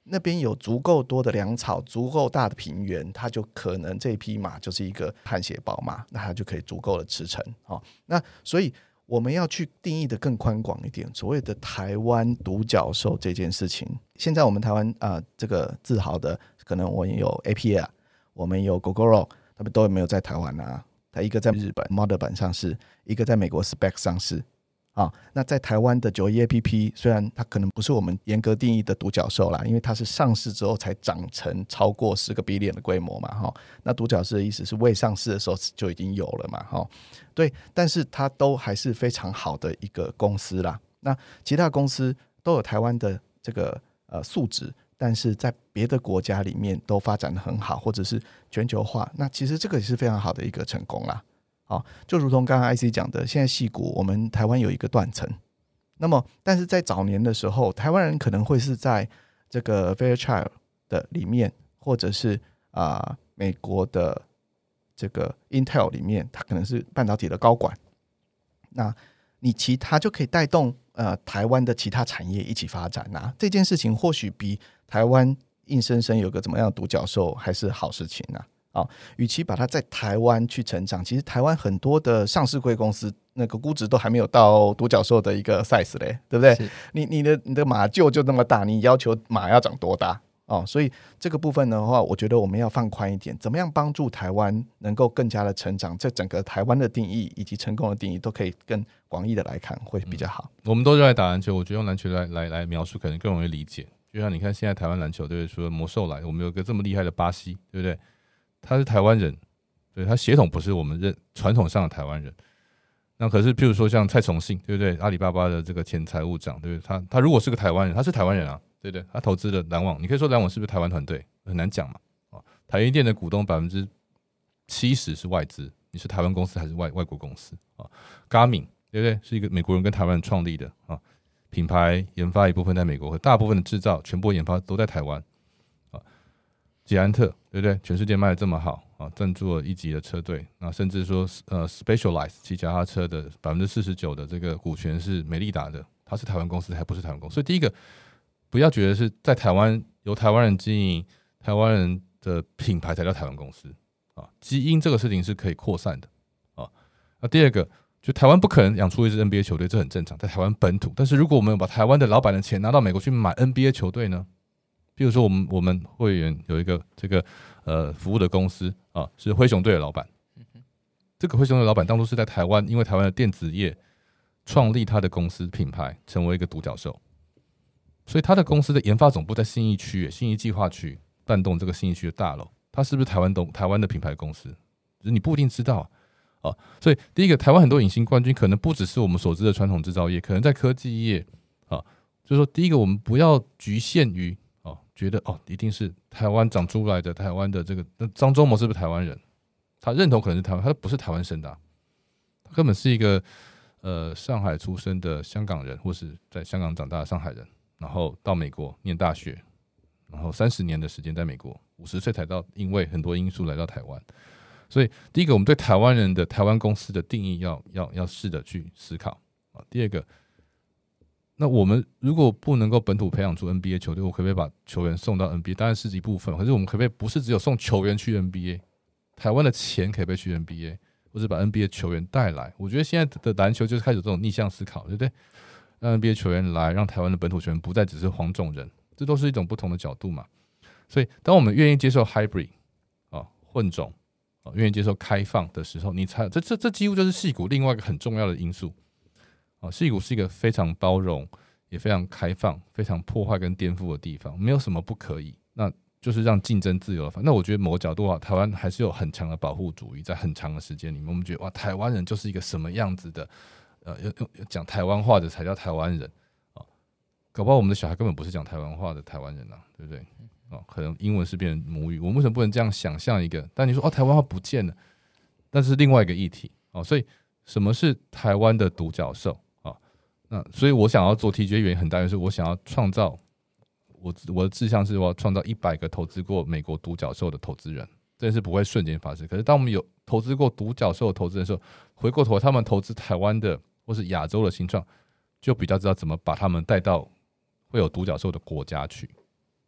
[SPEAKER 3] 那边有足够多的粮草，足够大的平原，它就可能这一匹马就是一个汗血宝马，那它就可以足够的驰骋。那所以我们要去定义的更宽广一点，所谓的台湾独角兽这件事情。现在我们台湾这个自豪的，可能我们有 APA， 我们有 Gogoro， 他们都没有在台湾啊。它一个在日本 Model 版上市，一个在美国 Spec 上市。那在台湾的91 APP 虽然它可能不是我们严格定义的独角兽啦，因为它是上市之后才长成超过10个 billion 的规模嘛。那独角兽的意思是未上市的时候就已经有了嘛。对，但是它都还是非常好的一个公司啦。那其他公司都有台湾的这个素质，但是在别的国家里面都发展得很好，或者是全球化，那其实这个也是非常好的一个成功啦。就如同刚刚 IC 讲的，现在矽谷我们台湾有一个断层，那么但是在早年的时候，台湾人可能会是在这个 Fairchild 的里面，或者是美国的这个 Intel 里面，它可能是半导体的高管，那你其他就可以带动台湾的其他产业一起发展啊。这件事情或许比台湾硬生生有个怎么样的独角兽还是好事情啊。与其把它在台湾去成长，其实台湾很多的上市柜公司那个估值都还没有到独角兽的一个 size 嘞，对不对？你的马厩就那么大，你要求马要长多大？所以这个部分的话，我觉得我们要放宽一点，怎么样帮助台湾能够更加的成长？这整个台湾的定义以及成功的定义都可以更广义的来看，会比较好。
[SPEAKER 2] 我们都热爱打篮球，我觉得用篮球来描述可能更容易理解。就像你看现在台湾篮球，对不对？除了魔兽来，我们有个这么厉害的巴西，对不对？他是台湾人，对，他血统不是我们传统上的台湾人。那可是譬如说像蔡崇信，对不对？阿里巴巴的这个前财务长，对不对？他如果是个台湾人，他是台湾人啊，对不对？他投资了篮网，你可以说篮网是不是台湾团队？很难讲嘛。台积电的股东70%是外资，你是台湾公司还是外国公司？Garmin， 对不对？是一个美国人跟台湾人创立的品牌研发一部分在美国，和大部分的制造全部研发都在台湾。捷安特，对不对？全世界卖得这么好赞助了1级的车队，甚至说Specialized 骑脚踏车的49%的这个股权是美利达的，它是台湾公司还不是台湾公司。所以第一个不要觉得是在台湾由台湾人经营，台湾人的品牌才叫台湾公司基因这个事情是可以扩散的那第二个就台湾不可能养出一支 NBA 球队，这很正常，在台湾本土。但是如果我们有把台湾的老板的钱拿到美国去买 NBA 球队呢？比如说我们会员有一个这个服务的公司是灰熊队的老板，这个灰熊队的老板当初是在台湾，因为台湾的电子业创立他的公司品牌，成为一个独角兽，所以他的公司的研发总部在信义区，信义计划区办动这个信义区的大楼，他是不是台湾的品牌公司？你不一定知道所以第一个，台湾很多隐形冠军可能不只是我们所知的传统制造业，可能在科技业就是说第一个，我们不要局限于觉得一定是台湾长出来的，台湾的这个张忠谋是不是台湾人？他认同可能是台湾，他不是台湾生的他根本是一个上海出生的香港人，或是在香港长大的上海人，然后到美国念大学，然后30年的时间在美国，50岁才因为很多因素来到台湾。所以第一个，我们对台湾人的台湾公司的定义要试着去思考第二个，那我们如果不能够本土培养出 NBA 球队，我可不可以把球员送到 NBA？ 当然是一部分，可是我们可不可以不是只有送球员去 NBA？ 台湾的钱可不可以去 NBA， 或者把 NBA 球员带来？我觉得现在的篮球就是开始有这种逆向思考，对不对？让 NBA 球员来，让台湾的本土球员不再只是黄种人，这都是一种不同的角度嘛。所以，当我们愿意接受 hybrid 混种愿意接受开放的时候，你才这几乎就是矽谷另外一个很重要的因素。矽谷是一个非常包容也非常开放非常破坏跟颠覆的地方，没有什么不可以，那就是让竞争自由的。那我觉得某个角度台湾还是有很强的保护主义，在很长的时间里面我们觉得哇，台湾人就是一个什么样子的讲台湾话的才叫台湾人搞不好我们的小孩根本不是讲台湾话的台湾人对不对可能英文是变成母语，我们为什么不能这样想象一个？但你说台湾话不见了，但是另外一个议题所以什么是台湾的独角兽那所以我想要做 TGA 原因很大，就是我想要创造我的志向是我要创造100个投资过美国独角兽的投资人，这件事不会瞬间发生。可是当我们有投资过独角兽的投资人的时候，回过头他们投资台湾的或是亚洲的新创，就比较知道怎么把他们带到会有独角兽的国家去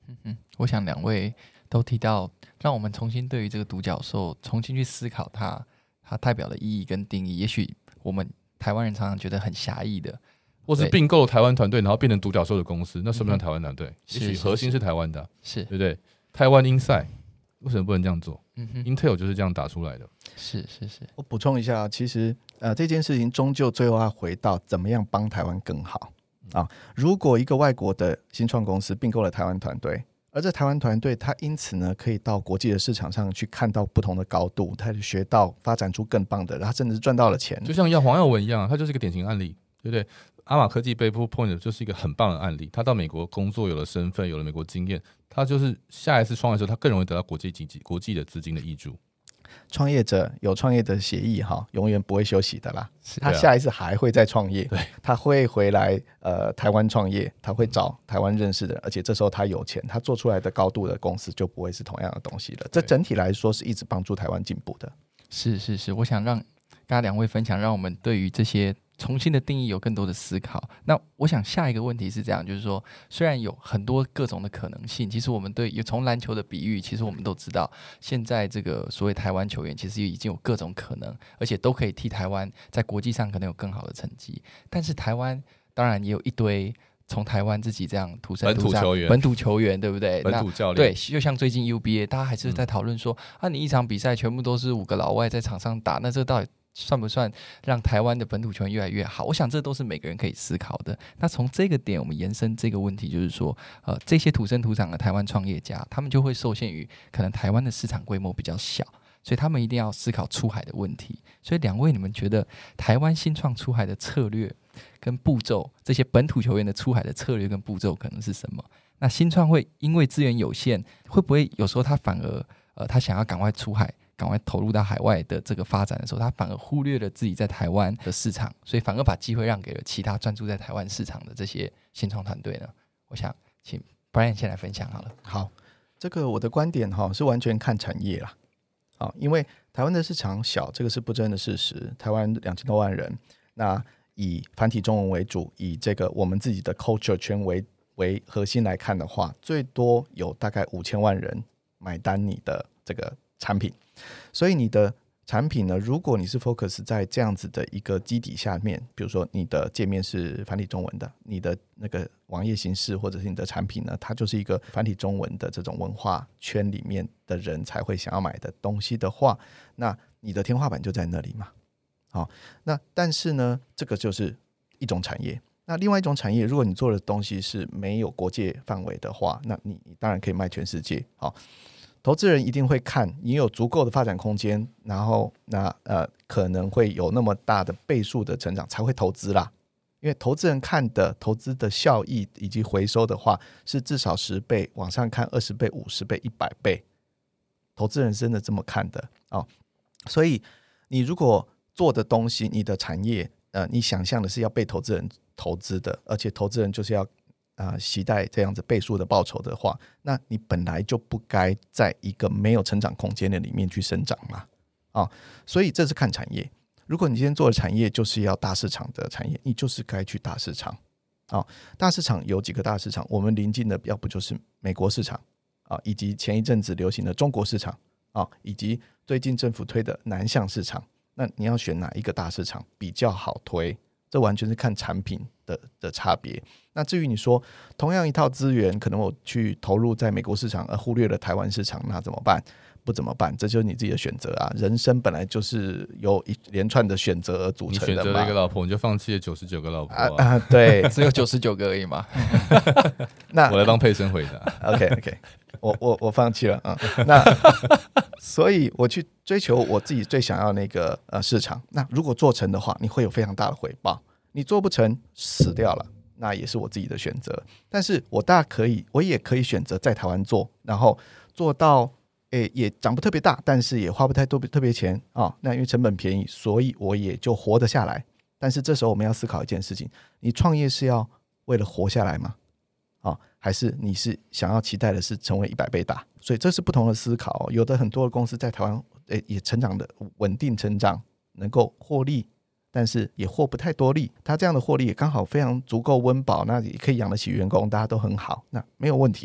[SPEAKER 1] 我想两位都提到，让我们重新对于这个独角兽重新去思考它代表的意义跟定义。也许我们台湾人常常觉得很狭义的，
[SPEAKER 2] 或是并购了台湾团队，然后变成独角兽的公司，那算不算台湾团队？也许核心是台湾的，
[SPEAKER 1] 是，
[SPEAKER 2] 对不对？台湾 Inside 为什么不能这样做？Intel 就是这样打出来的。
[SPEAKER 1] 是。
[SPEAKER 3] 我补充一下，其实这件事情终究最后要回到怎么样帮台湾更好啊。如果一个外国的新创公司并购了台湾团队，而这台湾团队它因此呢可以到国际的市场上去看到不同的高度，它就学到发展出更棒的，然后甚至赚到了钱。
[SPEAKER 2] 就像黄耀文一样，他就是一个典型案例，对不对？阿玛科技被 Bluepoint 就是一个很棒的案例，他到美国工作，有了身份，有了美国经验，他就是下一次创业的时候，他更容易得到国际的资金的挹注。
[SPEAKER 3] 创业者有创业的协议永远不会休息的啦，他下一次还会再创业，他会回来台湾创业，他会找台湾认识的人，而且这时候他有钱，他做出来的高度的公司就不会是同样的东西了。这整体来说是一直帮助台湾进步的。
[SPEAKER 1] 是，我想让刚刚两位分享，让我们对于这些重新的定义有更多的思考。那我想下一个问题是这样，就是说虽然有很多各种的可能性，其实我们从篮球的比喻，其实我们都知道现在这个所谓台湾球员其实已经有各种可能，而且都可以替台湾在国际上可能有更好的成绩。但是台湾当然也有一堆从台湾自己这样土生土长本土球员，对不对？
[SPEAKER 2] 本土教练，
[SPEAKER 1] 对，就像最近 UBA 大家还是在讨论说你一场比赛全部都是5个老外在场上打，那这到底算不算让台湾的本土球员越来越好？我想这都是每个人可以思考的。那从这个点我们延伸这个问题，就是说这些土生土长的台湾创业家，他们就会受限于可能台湾的市场规模比较小，所以他们一定要思考出海的问题。所以两位，你们觉得台湾新创出海的策略跟步骤，这些本土球员的出海的策略跟步骤可能是什么？那新创会因为资源有限，会不会有时候他反而他想要赶快出海，赶快投入到海外的这个发展的时候，他反而忽略了自己在台湾的市场，所以反而把机会让给了其他专注在台湾市场的这些新创团队呢？我想请 Brian 先来分享好了。
[SPEAKER 3] 好，这个我的观点是完全看产业啦。因为台湾的市场小，这个是不争的事实。台湾2000多万人，那以繁体中文为主，以这个我们自己的 culture 圈为核心来看的话，最多有大概5000万人买单你的这个产品。所以你的产品呢，如果你是 focus 在这样子的一个基底下面，比如说你的界面是繁体中文的，你的那个网页形式或者是你的产品呢，它就是一个繁体中文的这种文化圈里面的人才会想要买的东西的话，那你的天花板就在那里嘛。好，那但是呢，这个就是一种产业。那另外一种产业，如果你做的东西是没有国界范围的话，那你当然可以卖全世界。好，投资人一定会看你有足够的发展空间，然后可能会有那么大的倍数的成长才会投资啦。因为投资人看的投资的效益以及回收的话，是至少10倍，往上看20倍、50倍、100倍，投资人真的这么看的所以你如果做的东西，你的产业你想象的是要被投资人投资的，而且投资人就是要期待这样子倍数的报酬的话，那你本来就不该在一个没有成长空间的里面去生长嘛。所以这是看产业。如果你今天做的产业就是要大市场的产业，你就是该去大市场。大市场有几个大市场，我们邻近的要不就是美国市场以及前一阵子流行的中国市场以及最近政府推的南向市场。那你要选哪一个大市场比较好推？这完全是看产品的差别。那至于你说同样一套资源，可能我去投入在美国市场而忽略了台湾市场，那怎么办？不怎么办？这就是你自己的选择啊！人生本来就是由一连串的选择而组成的嘛。
[SPEAKER 2] 你选择了一个老婆，你就放弃了99个老婆
[SPEAKER 3] 对，
[SPEAKER 1] 只有99个而已嘛。
[SPEAKER 3] 那
[SPEAKER 2] 我来帮佩森回答。
[SPEAKER 3] OK， 我放弃了那所以我去追求我自己最想要的那个市场。那如果做成的话，你会有非常大的回报；你做不成，死掉了，那也是我自己的选择。但是我也可以选择在台湾做，然后做到也长不特别大，但是也花不太多特别钱那因为成本便宜，所以我也就活得下来。但是这时候我们要思考一件事情，你创业是要为了活下来吗？还是你是想要期待的是成为100倍大？所以这是不同的思考。有的很多的公司在台湾也成长的稳定成长，能够获利，但是也获不太多利。他这样的获利也刚好非常足够温饱，那也可以养得起员工，大家都很好，那没有问题。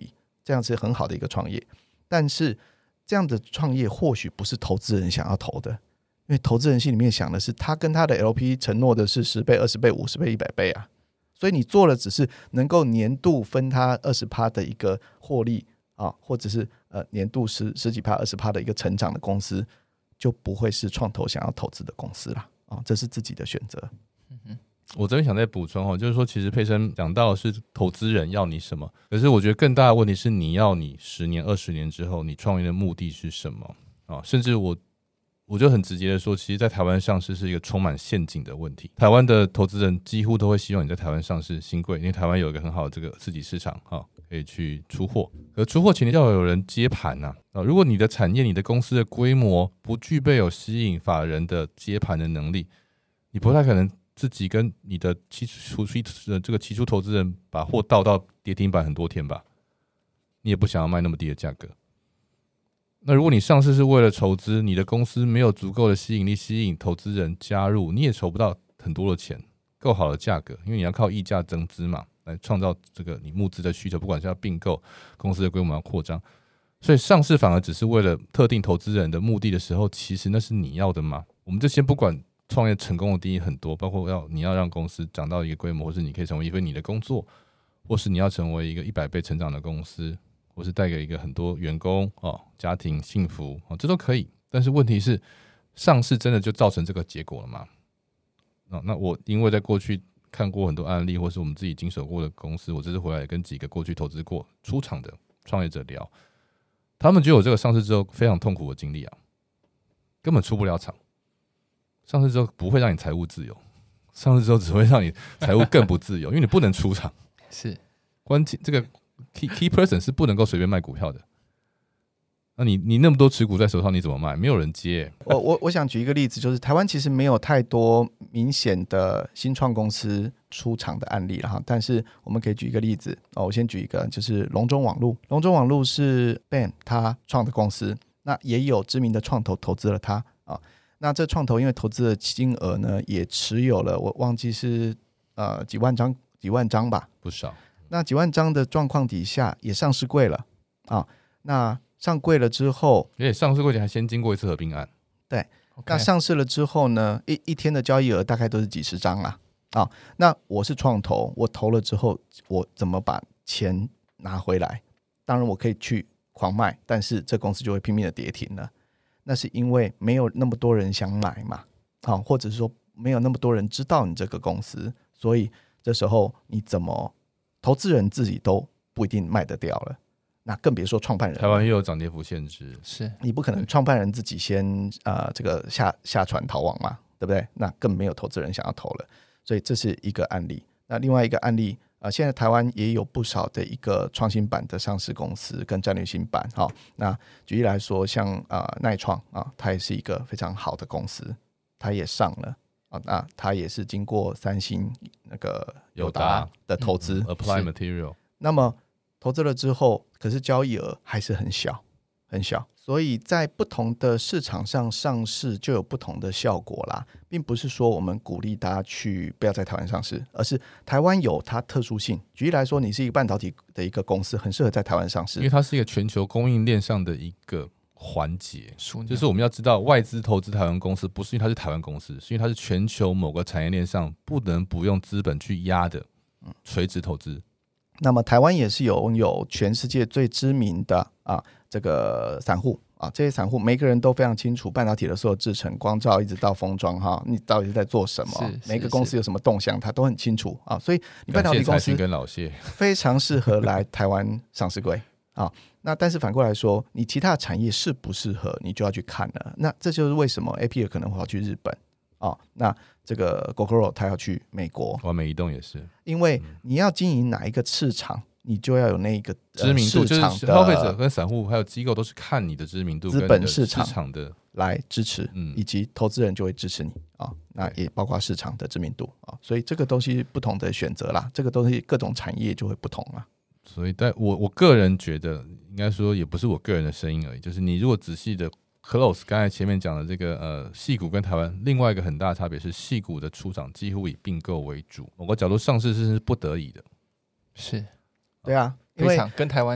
[SPEAKER 3] 这样是很好的一个创业。但是这样的创业或许不是投资人想要投的，因为投资人心里面想的是他跟他的 LP 承诺的是10倍、20倍、50倍、100倍啊，所以你做了只是能够年度分他 20% 的一个获利啊，或者是年度十几%、20% 的一个成长的公司，就不会是创投想要投资的公司啦啊，这是自己的选择。
[SPEAKER 2] 我这边想再补充就是说，其实佩珊讲到的是投资人要你什么，可是我觉得更大的问题是，你要你10年、20年之后，你创业的目的是什么啊？甚至我就很直接的说，其实在台湾上市是一个充满陷阱的问题。台湾的投资人几乎都会希望你在台湾上市新贵，因为台湾有一个很好的这个刺激市场可以去出货。可出货前提要有人接盘啊。如果你的产业、你的公司的规模不具备有吸引法人的接盘的能力，你不太可能自己跟你的期初投资人把货倒到跌停板很多天吧？你也不想要卖那么低的价格。那如果你上市是为了筹资，你的公司没有足够的吸引力吸引投资人加入，你也筹不到很多的钱，够好的价格，因为你要靠溢价增资嘛，来创造这个你募资的需求，不管是要并购公司的规模要扩张。所以上市反而只是为了特定投资人的目的的时候，其实那是你要的吗？我们就先不管创业成功的定义很多，包括你要让公司涨到一个规模，或是你可以成为一份你的工作，或是你要成为一个100倍成长的公司，或是带给一个很多员工家庭幸福这都可以。但是问题是，上市真的就造成这个结果了吗？那我因为在过去看过很多案例，或是我们自己经手过的公司，我这次回来也跟几个过去投资过出场的创业者聊，他们就有这个上市之后非常痛苦的经历啊，根本出不了场。上市之后不会让你财务自由，上市之后只会让你财务更不自由，因为你不能出场。
[SPEAKER 1] 是
[SPEAKER 2] 关键这个 key person 是不能够随便卖股票的。那你那么多持股在手上，你怎么卖？没有人接。
[SPEAKER 3] 我想举一个例子，就是台湾其实没有太多明显的新创公司出场的案例了，但是我们可以举一个例子我先举一个，就是龙中网路。龙中网路是 Ben 他创的公司，那也有知名的创投投资了他那这创投因为投资的金额呢，也持有了我忘记是几万张吧，
[SPEAKER 2] 不少。
[SPEAKER 3] 那几万张的状况底下也上市柜了那上柜了之后，
[SPEAKER 2] 而且上市柜前还先经过一次合并案。
[SPEAKER 3] 对，那上市了之后呢，一天的交易额大概都是几十张啦那我是创投，我投了之后，我怎么把钱拿回来？当然我可以去狂卖，但是这公司就会拼命的跌停了。那是因为没有那么多人想买嘛或者是说没有那么多人知道你这个公司，所以这时候你怎么投资人自己都不一定卖得掉了，那更别说创办人。
[SPEAKER 2] 台湾又有涨跌幅限制，
[SPEAKER 1] 是
[SPEAKER 3] 你不可能创办人自己先这个下船逃亡嘛，对不对？那更没有投资人想要投了，所以这是一个案例。那另外一个案例现在台湾也有不少的一个创新版的上市公司跟战略新版那举例来说，像耐创它也是一个非常好的公司，它也上了那它也是经过三星那个友达的投资
[SPEAKER 2] Apply Material。
[SPEAKER 3] 那么投资了之后，可是交易额还是很小很小，所以在不同的市场上上市就有不同的效果啦，并不是说我们鼓励大家去不要在台湾上市，而是台湾有它特殊性。举例来说，你是一个半导体的一个公司，很适合在台湾上市，
[SPEAKER 2] 因为它是一个全球供应链上的一个环节，就是我们要知道外资投资台湾公司不是因为它是台湾公司，是因为它是全球某个产业链上不能不用资本去压的垂直投资。
[SPEAKER 3] 那么台湾也是拥有全世界最知名的这个散户这些散户每个人都非常清楚半导体的所有制程，光照一直到封装你到底是在做什么，每个公司有什么动向他都很清楚所以你半导体公司
[SPEAKER 2] 跟老谢
[SPEAKER 3] 非常适合来台湾上市柜那但是反过来说，你其他的产业适不适合你就要去看了。那这就是为什么 APR 可能会要去日本那这个 Gogoro 他要去美国，
[SPEAKER 2] 完美移动也是，
[SPEAKER 3] 因为你要经营哪一个市场，你就要有那个
[SPEAKER 2] 知名度，
[SPEAKER 3] 市场的
[SPEAKER 2] 就是消费者跟散户还有机构都是看你的知名度、
[SPEAKER 3] 资本市
[SPEAKER 2] 场的
[SPEAKER 3] 来支持，以及投资人就会支持你那也包括市场的知名度所以这个东西不同的选择啦，这个东西各种产业就会不同啦。
[SPEAKER 2] 所以但我个人觉得，应该说也不是我个人的声音而已，就是你如果仔细的 close 刚才前面讲的这个矽谷跟台湾另外一个很大的差别是，矽谷的出场几乎以并购为主，某个角度上市是不得已的，
[SPEAKER 1] 是
[SPEAKER 3] 对因为
[SPEAKER 1] 非常跟台湾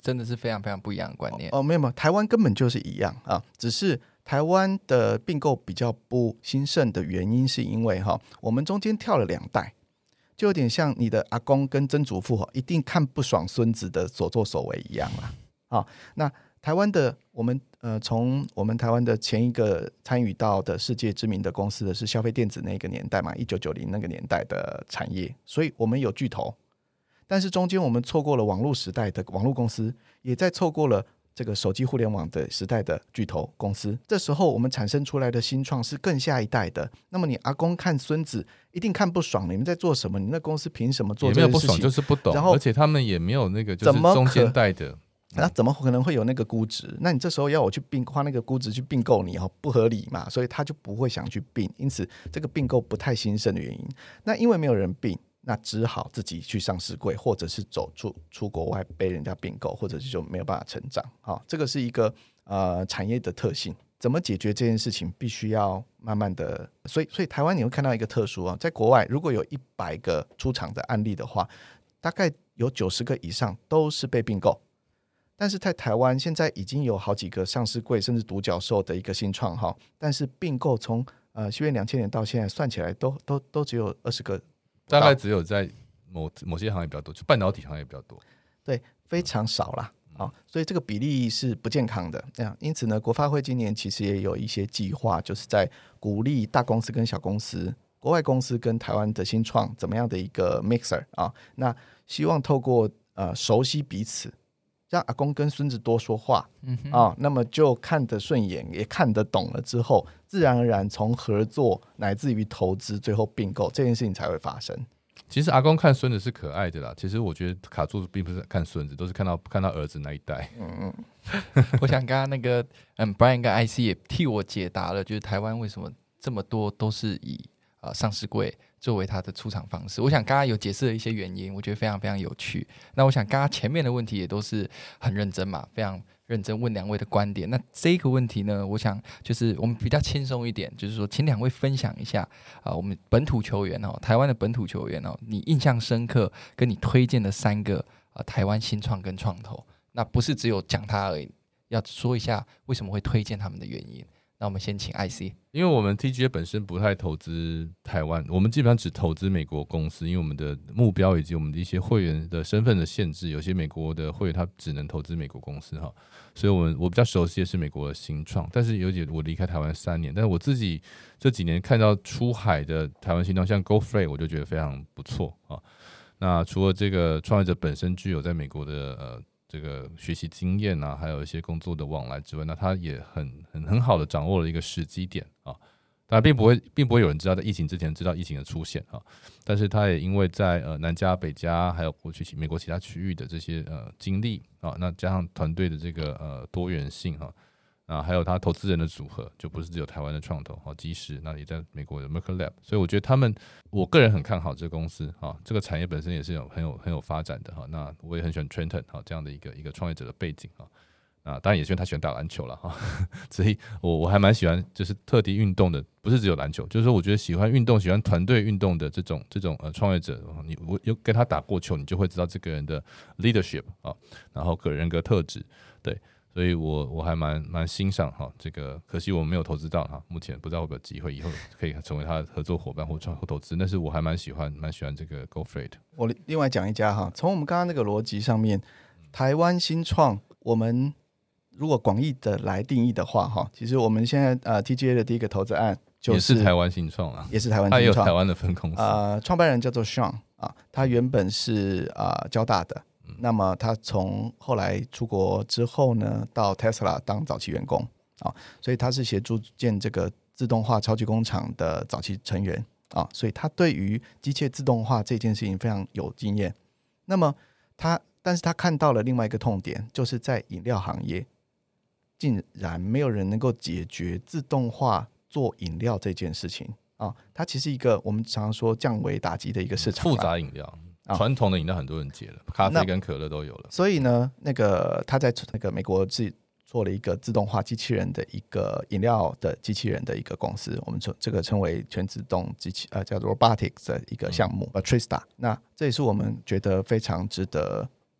[SPEAKER 1] 真的是非常非常不一样的观念。
[SPEAKER 3] 没有，台湾根本就是一样啊，只是台湾的并购比较不兴盛的原因是因为我们中间跳了2代，就有点像你的阿公跟曾祖父一定看不爽孙子的所作所为一样啦。那台湾的从我们台湾的前一个参与到的世界知名的公司的是消费电子那个年代嘛，1990那个年代的产业，所以我们有巨头，但是中间我们错过了网络时代的网络公司，也在错过了这个手机互联网的时代的巨头公司，这时候我们产生出来的新创是更下一代的。那么你阿公看孙子一定看不爽，你们在做什么？你那公司凭什么做这件事情？
[SPEAKER 2] 也没有不爽，就是不懂。
[SPEAKER 3] 然后
[SPEAKER 2] 而且他们也没有那个就是中间带的。
[SPEAKER 3] 那怎么可能会有那个估值？那你这时候要我去花那个估值去并购你不合理嘛？所以他就不会想去并，因此这个并购不太兴盛的原因。那因为没有人并，那只好自己去上市柜，或者是走出国外被人家并购，或者是就没有办法成长。这个是一个产业的特性。怎么解决这件事情，必须要慢慢的。所以台湾你会看到一个特殊在国外如果有100个出场的案例的话，大概有90个以上都是被并购。但是在台湾现在已经有好几个上市柜甚至独角兽的一个新创但是并购从西元2000年到现在算起来都只有20个，
[SPEAKER 2] 大概只有在某些行业比较多，就半导体行业比较多，
[SPEAKER 3] 对，非常少啦。所以这个比例是不健康的。因此呢，国发会今年其实也有一些计划，就是在鼓励大公司跟小公司、国外公司跟台湾的新创怎么样的一个 mixer 那希望透过熟悉彼此，让阿公跟孙子多说话那么就看得顺眼也看得懂了之后，自然而然从合作乃至于投资最后并购这件事情才会发生。
[SPEAKER 2] 其实阿公看孙子是可爱的啦，其实我觉得卡住并不是看孙子，都是看到儿子那一代。
[SPEAKER 1] 我想刚刚那个Brian 跟 IC 也替我解答了，就是台湾为什么这么多都是以上市柜作为它的出场方式。我想刚刚有解释了一些原因，我觉得非常非常有趣。那我想刚刚前面的问题也都是很认真嘛，非常认真问2位的观点。那这个问题呢，我想就是我们比较轻松一点，就是说请2位分享一下我们本土球员台湾的本土球员你印象深刻跟你推荐的3个台湾新创跟创投。那不是只有讲他而已，要说一下为什么会推荐他们的原因。那我们先请 IC。
[SPEAKER 2] 因为我们 TGA 本身不太投资台湾，我们基本上只投资美国公司，因为我们的目标以及我们的一些会员的身份的限制，有些美国的会员他只能投资美国公司所以我比较熟悉的是美国的新创。但是我离开台湾3年，但是我自己这几年看到出海的台湾新创，像 GoFreight 我就觉得非常不错那除了这个创业者本身具有在美国的这个学习经验还有一些工作的往来之外，那他也很好的掌握了一个时机点当然并不会有人知道在疫情之前知道疫情的出现但是他也因为在南加北加还有过去美国其他区域的这些经历那加上团队的这个多元性还有他投资人的组合，就不是只有台湾的创投即时那也在美国的 Merkle Lab， 所以我觉得我个人很看好这个公司这个产业本身也是很有发展的那我也很喜欢 Trenton 这样的一个创业者的背景当然也是因为他喜欢打篮球啦所以我还蛮喜欢就是特地运动的，不是只有篮球，就是说我觉得喜欢运动喜欢团队运动的这种创业者我有跟他打过球，你就会知道这个人的 leadership 然后个人格特质，对，所以我还蛮欣赏这个，可惜我没有投资到目前不知道会不会有机会以后可以成为他的合作伙伴或投资，但是我还蛮喜欢这个 GoFreight。
[SPEAKER 3] 我另外讲一家从我们刚刚那个逻辑上面，台湾新创我们如果广义的来定义的话其实我们现在TGA 的第一个投资案
[SPEAKER 2] 也是台湾新创啦，
[SPEAKER 3] 也是台湾新创，
[SPEAKER 2] 他也有台湾的分公司
[SPEAKER 3] 创办人叫做 Sean 他原本是交大的那么他从后来出国之后呢，到 Tesla 当早期员工所以他是协助建这个自动化超级工厂的早期成员所以他对于机械自动化这件事情非常有经验。那么但是他看到了另外一个痛点，就是在饮料行业竟然没有人能够解决自动化做饮料这件事情它其实一个我们常说降维打击的一个市场，
[SPEAKER 2] 复杂饮料传统的饮料很多人戒了，咖啡跟可乐都有了。
[SPEAKER 3] 所以呢，他在那个美国自己做了一个自动化机器人的一个饮料的机器人的一个公司，我们这个称为全自动机器叫做 Robotics 的一个项目Trista。那这也是我们觉得非常值得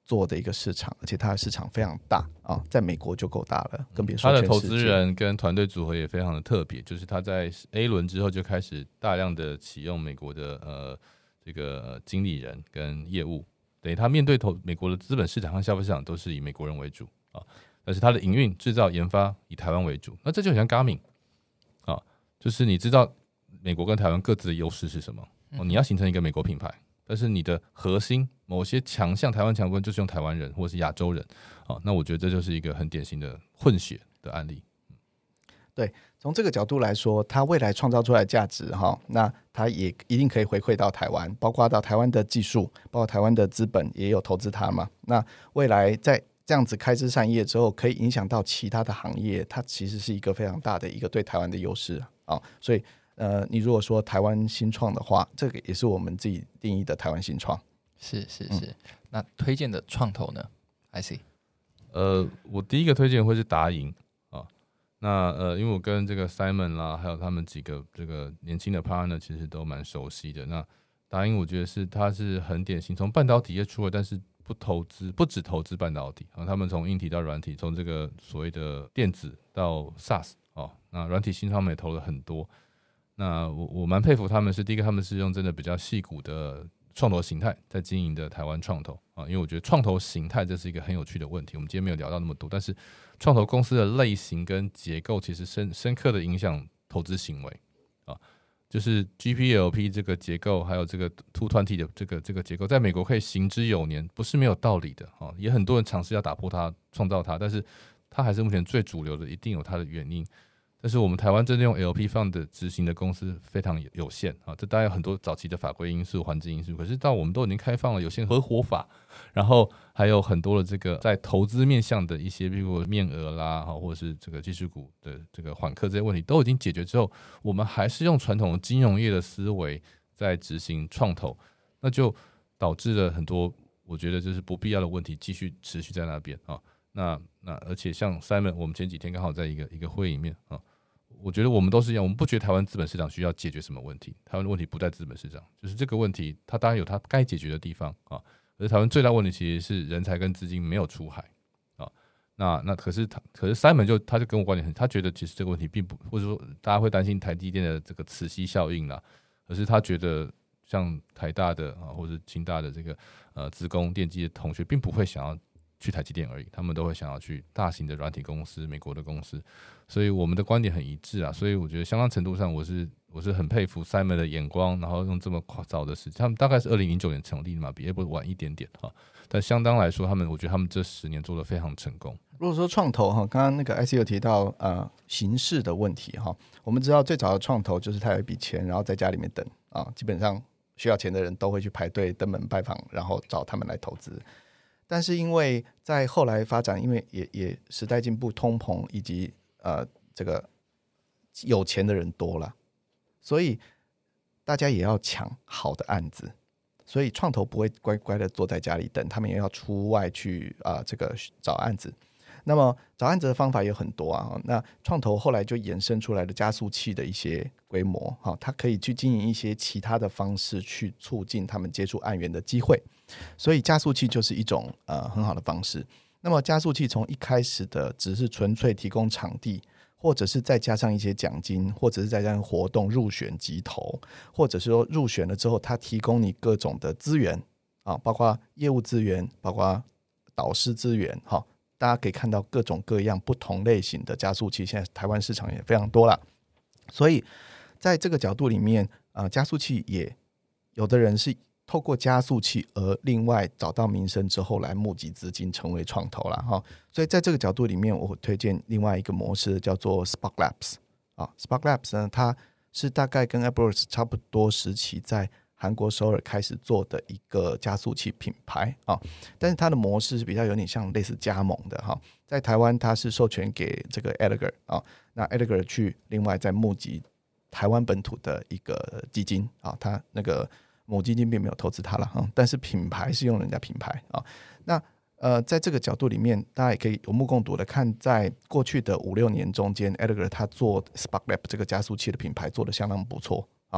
[SPEAKER 3] 做的一个市场，而且它的市场非常大啊，在美国就够大了，更别说
[SPEAKER 2] 他的
[SPEAKER 3] 全世界。
[SPEAKER 2] 投资人跟团队组合也非常的特别，就是他在 A 轮之后就开始大量的启用美国的这个经理人跟业务，等于他面对美国的资本市场和消费市场都是以美国人为主啊，但是他的营运、制造、研发以台湾为主。那这就很像 Garmin 啊，就是你知道美国跟台湾各自的优势是什么，你要形成一个美国品牌，但是你的核心某些强项，台湾强部分就是用台湾人或者是亚洲人啊，那我觉得这就是一个很典型的混血的案例。
[SPEAKER 3] 对，从这个角度来说，它未来创造出来的价值那它也一定可以回馈到台湾，包括到台湾的技术，包括台湾的资本也有投资它嘛。那未来在这样子开枝散叶之后，可以影响到其他的行业，它其实是一个非常大的一个对台湾的优势啊。所以你如果说台湾新创的话，这个也是我们自己定义的台湾新创。
[SPEAKER 1] 是。那推荐的创投呢 ？IC，
[SPEAKER 2] 我第一个推荐会是达盈啊。那因为我跟这个 Simon 啦，还有他们几个这个年轻的 partner 其实都蛮熟悉的。那达盈我觉得它是很典型，从半导体业出来，但是不只投资半导体啊，他们从硬体到软体，从这个所谓的电子到 SaaS 哦，那软体新创他们也投了很多。那我蛮佩服他们是，第一个他们是用真的比较细股的创投形态在经营的台湾创投啊，因为我觉得创投形态这是一个很有趣的问题，我们今天没有聊到那么多，但是创投公司的类型跟结构其实深刻的影响投资行为啊，就是 GPLP 这个结构，还有这个 220 的这个结构，在美国可以行之有年，不是没有道理的啊，也很多人尝试要打破它、创造它，但是它还是目前最主流的，一定有它的原因。但是我们台湾真正用 LP Fund 的执行的公司非常有限啊，这当然有很多早期的法规因素、环境因素，可是到我们都已经开放了有限合伙法，然后还有很多的这个在投资面向的一些，比如面额啦，或者是这个技术股的这个缓课这些问题都已经解决之后，我们还是用传统的金融业的思维在执行创投，那就导致了很多我觉得就是不必要的问题继续持续在那边啊。那而且像 Simon， 我们前几天刚好在一个会议里面啊。我觉得我们都是一样，我们不觉得台湾资本市场需要解决什么问题，台湾的问题不在资本市场，就是这个问题它当然有它该解决的地方啊，可是台湾最大问题其实是人才跟资金没有出海啊。那可是 Simon 他就跟我观点他觉得其实这个问题并不，或者说大家会担心台积电的这个磁吸效应啦，可是他觉得像台大的或者清大的这个资工电机的同学并不会想要去台积电而已，他们都会想要去大型的软体公司、美国的公司，所以我们的观点很一致啊。所以我觉得相当程度上，我是很佩服 Simon 的眼光，然后用这么早的时间，他们大概是2009年成立的嘛，比 Apple 晚一点点哈，但相当来说，我觉得他们这10年做得非常成功。
[SPEAKER 3] 如果说创投刚刚那个 IC 有提到形式的问题我们知道最早的创投就是他有一笔钱，然后在家里面等基本上需要钱的人都会去排队登门拜访，然后找他们来投资。但是因为在后来发展，因为也时代进步、通膨以及这个有钱的人多了，所以大家也要抢好的案子，所以创投不会乖乖的坐在家里等，他们也要出外去这个找案子。那么找案子的方法有很多那创投后来就衍生出来的加速器的一些规模它可以去经营一些其他的方式去促进他们接触案源的机会，所以加速器就是一种很好的方式。那么加速器从一开始的只是纯粹提供场地，或者是再加上一些奖金，或者是再加上活动入选集投，或者是说入选了之后他提供你各种的资源包括业务资源，包括导师资源大家可以看到各种各样不同类型的加速器，现在台湾市场也非常多了。所以在这个角度里面加速器也有的人是透过加速器而另外找到名声之后来募集资金成为创投啦所以在这个角度里面，我会推荐另外一个模式叫做 Spark Labs Spark Labs 呢，它是大概跟 AppWorks 差不多时期在韩国首尔开始做的一个加速器品牌但是它的模式是比较有点像类似加盟的在台湾它是授权给这个 Edgar那 Edgar 去另外再募集台湾本土的一个基金它那个某基金并没有投资它了但是品牌是用人家品牌那在这个角度里面，大家也可以有目共睹的看，在过去的5-6年中间 Edgar 他做 Spark Lab 这个加速器的品牌做得相当不错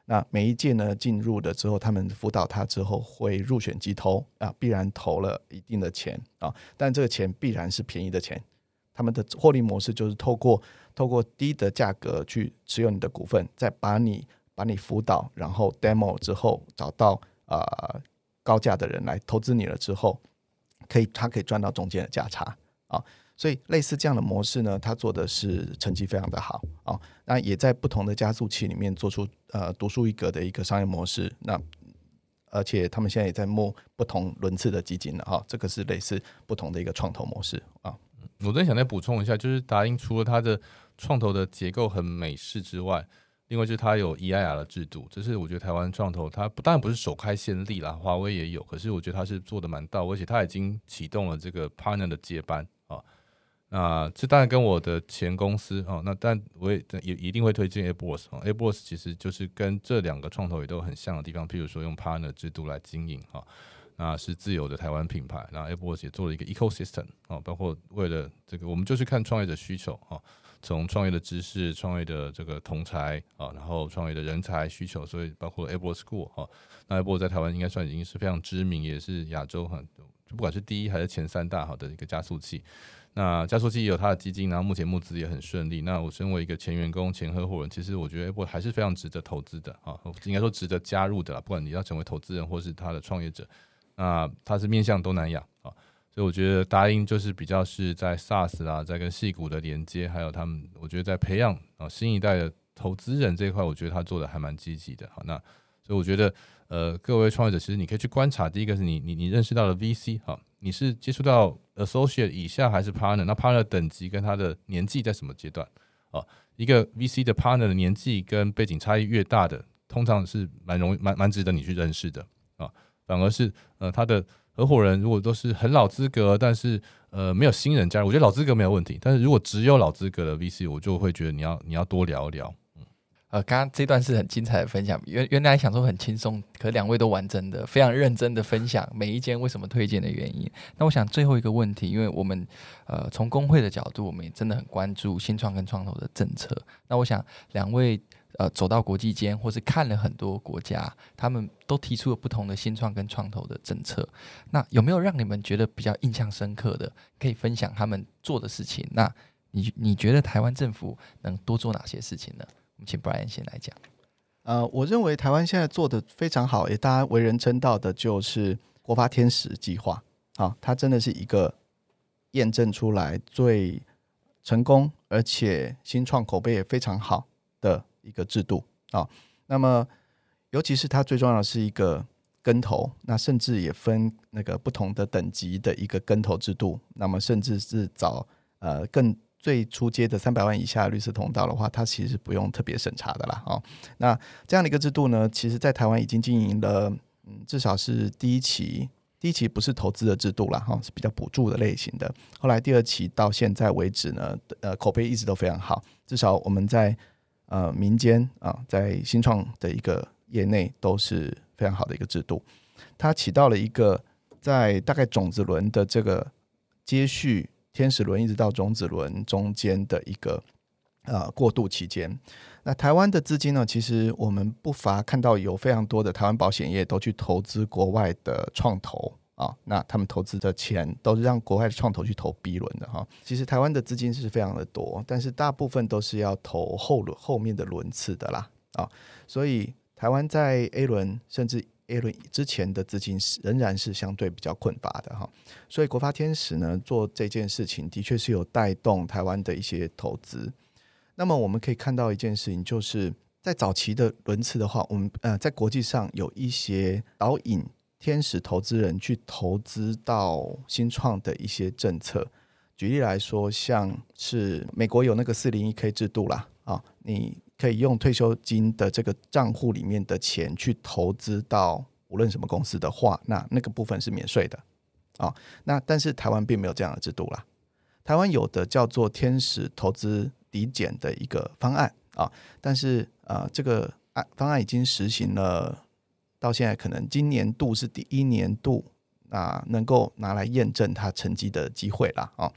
[SPEAKER 3] 那每一届呢进入了之后，他们辅导他之后会入选集投必然投了一定的钱但这个钱必然是便宜的钱。他们的获利模式就是透过低的价格去持有你的股份，再把你辅导，然后 demo 之后找到高价的人来投资你了之后，他可以赚到中间的价差所以类似这样的模式呢，他做的是成绩非常的好那也在不同的加速器里面做出独树一格的一个商业模式。那而且他们现在也在募不同轮次的基金了这个是类似不同的一个创投模式
[SPEAKER 2] 我真想再补充一下，就是达英除了它的创投的结构很美式之外，另外就是它有 EIR 的制度，这是我觉得台湾创投它当然不是首开先例啦，华为也有，可是我觉得它是做的蛮到位，而且它已经启动了这个 partner 的接班那这当然跟我的前公司那但我也一定会推荐 AppWorks其实就是跟这两个创投也都有很像的地方，譬如说用 partner 制度来经营那是自有的台湾品牌，那 AppWorks 也做了一个 ecosystem 包括为了这个我们就去看创业者需求从创业的知识、创业的这个同才然后创业的人才需求，所以包括 AppWorks School 那 AppWorks 在台湾应该算已经是非常知名，也是亚洲不管是第一还是前3大的一个加速器。那加速器也有它的基金，然后目前募资也很顺利。那我身为一个前员工、前合伙人，其实我觉得 AppWorks 还是非常值得投资的应该说值得加入的啦，不管你要成为投资人或是他的创业者。那它是面向东南亚所以我觉得达英就是比较是在 SaaS 啦，在跟矽谷的连接，还有他们我觉得在培养新一代的投资人这一块，我觉得他做的还蛮积极的那所以我觉得各位创业者其实你可以去观察，第一个是你认识到了 VC 你是接触到 Associate 以下还是 Partner， 那 Partner 等级跟他的年纪在什么阶段一个 VC 的 Partner 的年纪跟背景差异越大的，通常是蛮值得你去认识的反而是他的合伙人如果都是很老资格，但是没有新人加入，我觉得老资格没有问题，但是如果只有老资格的 VC， 我就会觉得你要多聊一聊。
[SPEAKER 1] 刚刚这段是很精彩的分享，原来想说很轻松，可两位都完整的非常认真的分享每一间为什么推荐的原因。那我想最后一个问题，因为我们从工会的角度，我们也真的很关注新创跟创投的政策。那我想两位走到国际间，或是看了很多国家，他们都提出了不同的新创跟创投的政策。那有没有让你们觉得比较印象深刻的，可以分享他们做的事情？那你觉得台湾政府能多做哪些事情呢？我们请 Brian 先来讲。
[SPEAKER 3] 我认为台湾现在做的非常好，也大家为人称道的就是国发天使计划它真的是一个验证出来最成功，而且新创口碑也非常好的一个制度那么尤其是它最重要的是一个跟投，那甚至也分那个不同的等级的一个跟投制度，那么甚至是找更最初阶的300万以下的绿色通道的话，它其实不用特别审查的啦那这样的一个制度呢，其实在台湾已经经营了至少是第一期不是投资的制度啦是比较补助的类型的。后来第2期到现在为止呢口碑一直都非常好，至少我们在民间在新创的一个业内都是非常好的一个制度。它起到了一个在大概种子轮的这个接续天使轮一直到种子轮中间的一个过渡期间。那台湾的资金呢，其实我们不乏看到有非常多的台湾保险业都去投资国外的创投那他们投资的钱都是让国外的创投去投 B 轮的其实台湾的资金是非常的多，但是大部分都是要投后面的轮次的啦所以台湾在 A 轮甚至 A 轮之前的资金仍然是相对比较困乏的所以国发天使呢做这件事情的确是有带动台湾的一些投资。那么我们可以看到一件事情，就是在早期的轮次的话，我们在国际上有一些导引天使投资人去投资到新创的一些政策。举例来说，像是美国有那个 401k 制度啦你可以用退休金的这个账户里面的钱去投资到无论什么公司的话，那个部分是免税的那但是台湾并没有这样的制度啦。台湾有的叫做天使投资抵减的一个方案但是这个方案已经实行了，到现在可能今年度是第1年度能够拿来验证它成绩的机会啦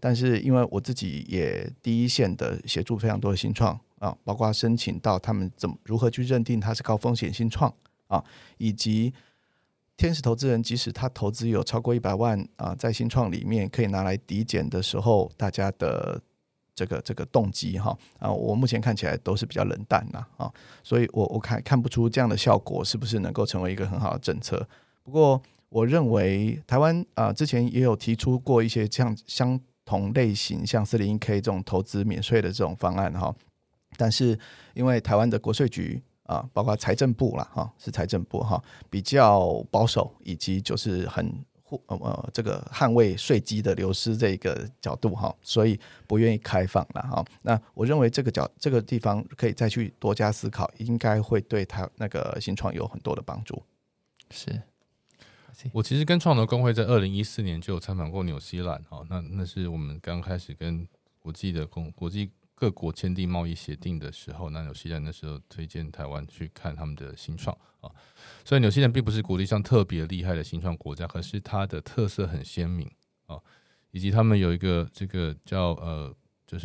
[SPEAKER 3] 但是因为我自己也第一线的协助非常多的新创啊，包括申请到他们如何去认定它是高风险新创啊，以及天使投资人即使他投资有超过100万啊，在新创里面可以拿来抵减的时候，大家的这个动机我目前看起来都是比较冷淡啊，所以我看不出这样的效果是不是能够成为一个很好的政策。不过我认为台湾之前也有提出过一些像相同类型像401K 这种投资免税的这种方案但是因为台湾的国税局包括财政部啦是财政部比较保守，以及就是很这个捍卫税基的流失这个角度所以不愿意开放啦那我认为这个地方可以再去多加思考，应该会对他那个新创有很多的帮助。
[SPEAKER 1] 是，
[SPEAKER 2] 我其实跟创投工会在2014年就有参访过纽西兰那是我们刚开始跟国际各国签订贸易协定的时候，那纽西兰那时候推荐台湾去看他们的新创所以纽西兰并不是国际上特别厉害的新创国家，可是它的特色很鲜明以及他们有一个这个叫就是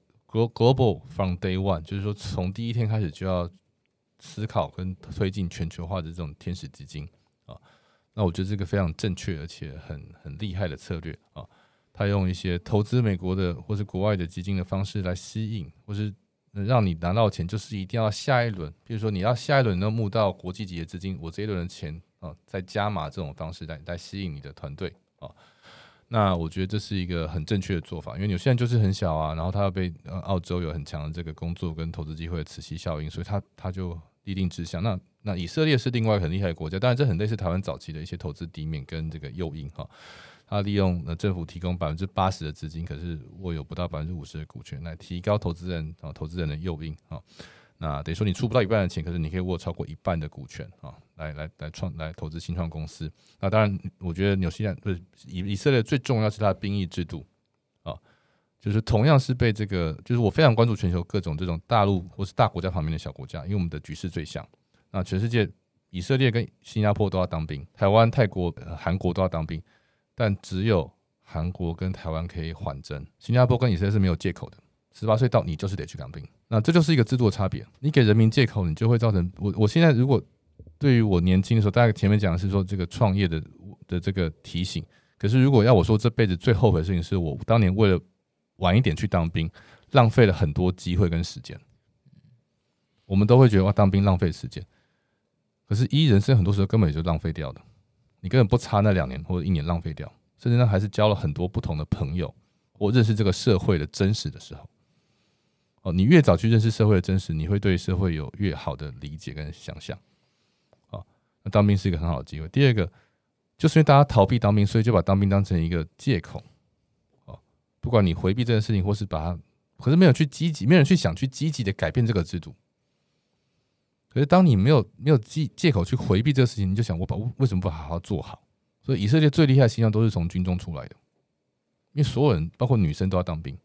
[SPEAKER 2] Global from Day One， 就是说从第一天开始就要思考跟推进全球化的这种天使基金那我觉得这个非常正确而且很厉害的策略他用一些投资美国的或是国外的基金的方式来吸引，或是让你拿到钱，就是一定要下一轮，比如说你要下一轮能募到国际级的资金，我这一轮的钱再加码这种方式来吸引你的团队那我觉得这是一个很正确的做法，因为纽西兰就是很小然后它要被澳洲有很强的这个工作跟投资机会的磁吸效应，所以它就立定志向。那以色列是另外一个很厉害的国家，当然这很类似台湾早期的一些投资底面跟这个诱因他利用政府提供80%的资金，可是握有不到50%的股权，来提高投资人的诱因那等于说你出不到一半的钱，可是你可以握超过一半的股权来投资新创公司。那当然，我觉得纽西兰不是以色列最重要是它的兵役制度就是同样是被这个，就是我非常关注全球各种这种大陆或是大国家旁边的小国家，因为我们的局势最像。那全世界以色列跟新加坡都要当兵，台湾、泰国、韩国都要当兵。但只有韩国跟台湾可以缓征，新加坡跟以色列是没有借口的，18岁到你就是得去当兵。那这就是一个制度的差别，你给人民借口，你就会造成我现在如果对于我年轻的时候，大概前面讲的是说这个创业的这个提醒，可是如果要我说这辈子最后悔的事情，是我当年为了晚一点去当兵，浪费了很多机会跟时间。我们都会觉得当兵浪费时间，可是人生很多时候根本也就浪费掉的。你根本不差那2年或者1年浪费掉，甚至还是交了很多不同的朋友，或认识这个社会的真实的时候你越早去认识社会的真实，你会对社会有越好的理解跟想象那当兵是一个很好的机会。第二个就是因为大家逃避当兵，所以就把当兵当成一个借口不管你回避这件事情，或是把它，可是没有人去想去积极的改变这个制度。可是当你没有借口去回避这个事情，你就想我为什么不好好做好？所以以色列最厉害的形象都是从军中出来的，因为所有人包括女生都要当兵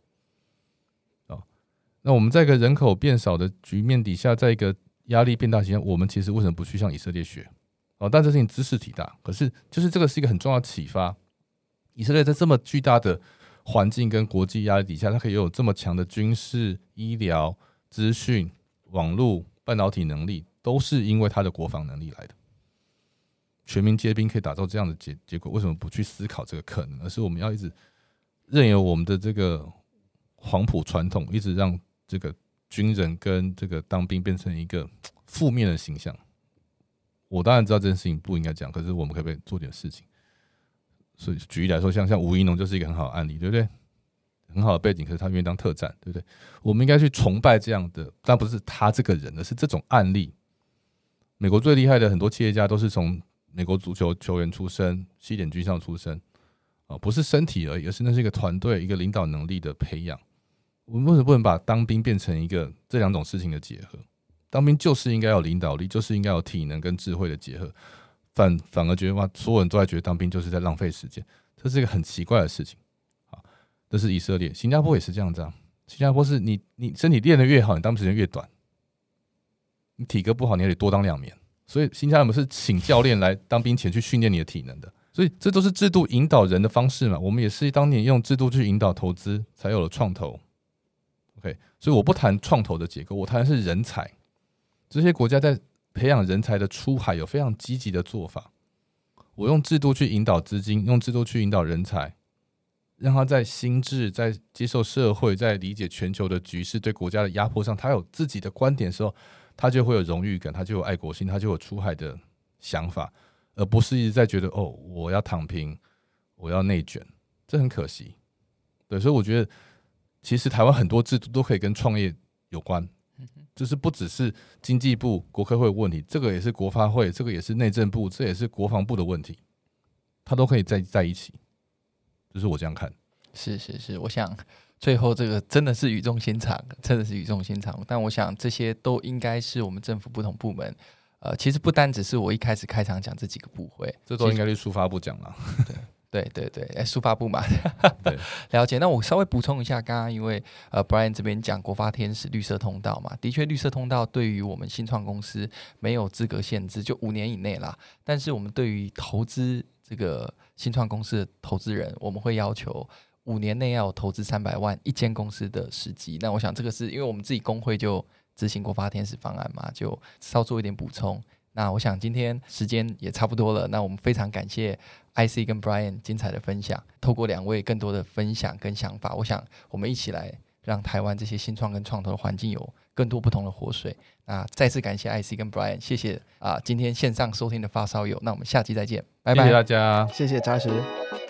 [SPEAKER 2] 那我们在一个人口变少的局面底下，在一个压力变大的情况下，我们其实为什么不去向以色列学但这事情知识体大，可是就是这个是一个很重要的启发。以色列在这么巨大的环境跟国际压力底下，它可以有这么强的军事、医疗、资讯、网络、半导体能力，都是因为它的国防能力来的。全民皆兵可以打造这样的结果，为什么不去思考这个可能？而是我们要一直任由我们的这个黄埔传统，一直让这个军人跟这个当兵变成一个负面的形象。我当然知道这件事情不应该这样，可是我们可不可以做点事情？所以举例来说，像吴怡农就是一个很好的案例，对不对？很好的背景，可是他愿意当特战，对不对？我们应该去崇拜这样的，但不是他这个人，而是这种案例。美国最厉害的很多企业家都是从美国足球球员出身，西点军校出身不是身体而已，而是那是一个团队、一个领导能力的培养。我们为什么不能把当兵变成一个这两种事情的结合？当兵就是应该有领导力，就是应该有体能跟智慧的结合。反而觉得哇，所有人都在觉得当兵就是在浪费时间，这是一个很奇怪的事情。这是以色列，新加坡也是这样子啊。新加坡是你身体练得越好，你当兵时间越短。你体格不好，你还得多当2年。所以新加坡是请教练来当兵前去训练你的体能的， 所以这都是制度引导人的方式嘛。我们也是当年用制度去引导投资，才有了创投。OK， 所以我不谈创投的结构，我谈的是人才。这些国家在培养人才的出海有非常积极的做法。我用制度去引导资金，用制度去引导人才，让他在心智、在接受社会、在理解全球的局势、对国家的压迫上，他有自己的观点的时候，他就会有荣誉感，他就有爱国心，他就有出海的想法，而不是一直在觉得我要躺平，我要内卷，这很可惜。对，所以我觉得其实台湾很多制度都可以跟创业有关，就是不只是经济部、国科会的问题，这个也是国发会，这个也是内政部，这也是国防部的问题，它都可以在一起。就是我这样看。
[SPEAKER 1] 是，我想最后这个真的是语重心长，但我想这些都应该是我们政府不同部门，其实不单只是我一开始开场讲这几个部会，
[SPEAKER 2] 这都应该是书发部讲了。
[SPEAKER 1] 对，书发部嘛，
[SPEAKER 2] 对，
[SPEAKER 1] 了解。那我稍微补充一下，刚刚因为Brian 这边讲国发天使绿色通道嘛，的确绿色通道对于我们新创公司没有资格限制，就5年以内啦。但是我们对于投资这个新创公司的投资人，我们会要求5年内要有投资300万一间公司的时机。那我想这个是因为我们自己工会就执行国发天使方案嘛，就稍做一点补充。那我想今天时间也差不多了，那我们非常感谢 IC 跟 Brian 精彩的分享，透过2位更多的分享跟想法，我想我们一起来让台湾这些新创跟创投的环境有更多不同的活水。那再次感谢 IC 跟 Brian， 谢谢今天线上收听的发烧友，那我们下期再见，拜拜，
[SPEAKER 2] 谢谢大家，
[SPEAKER 3] 谢谢扎实。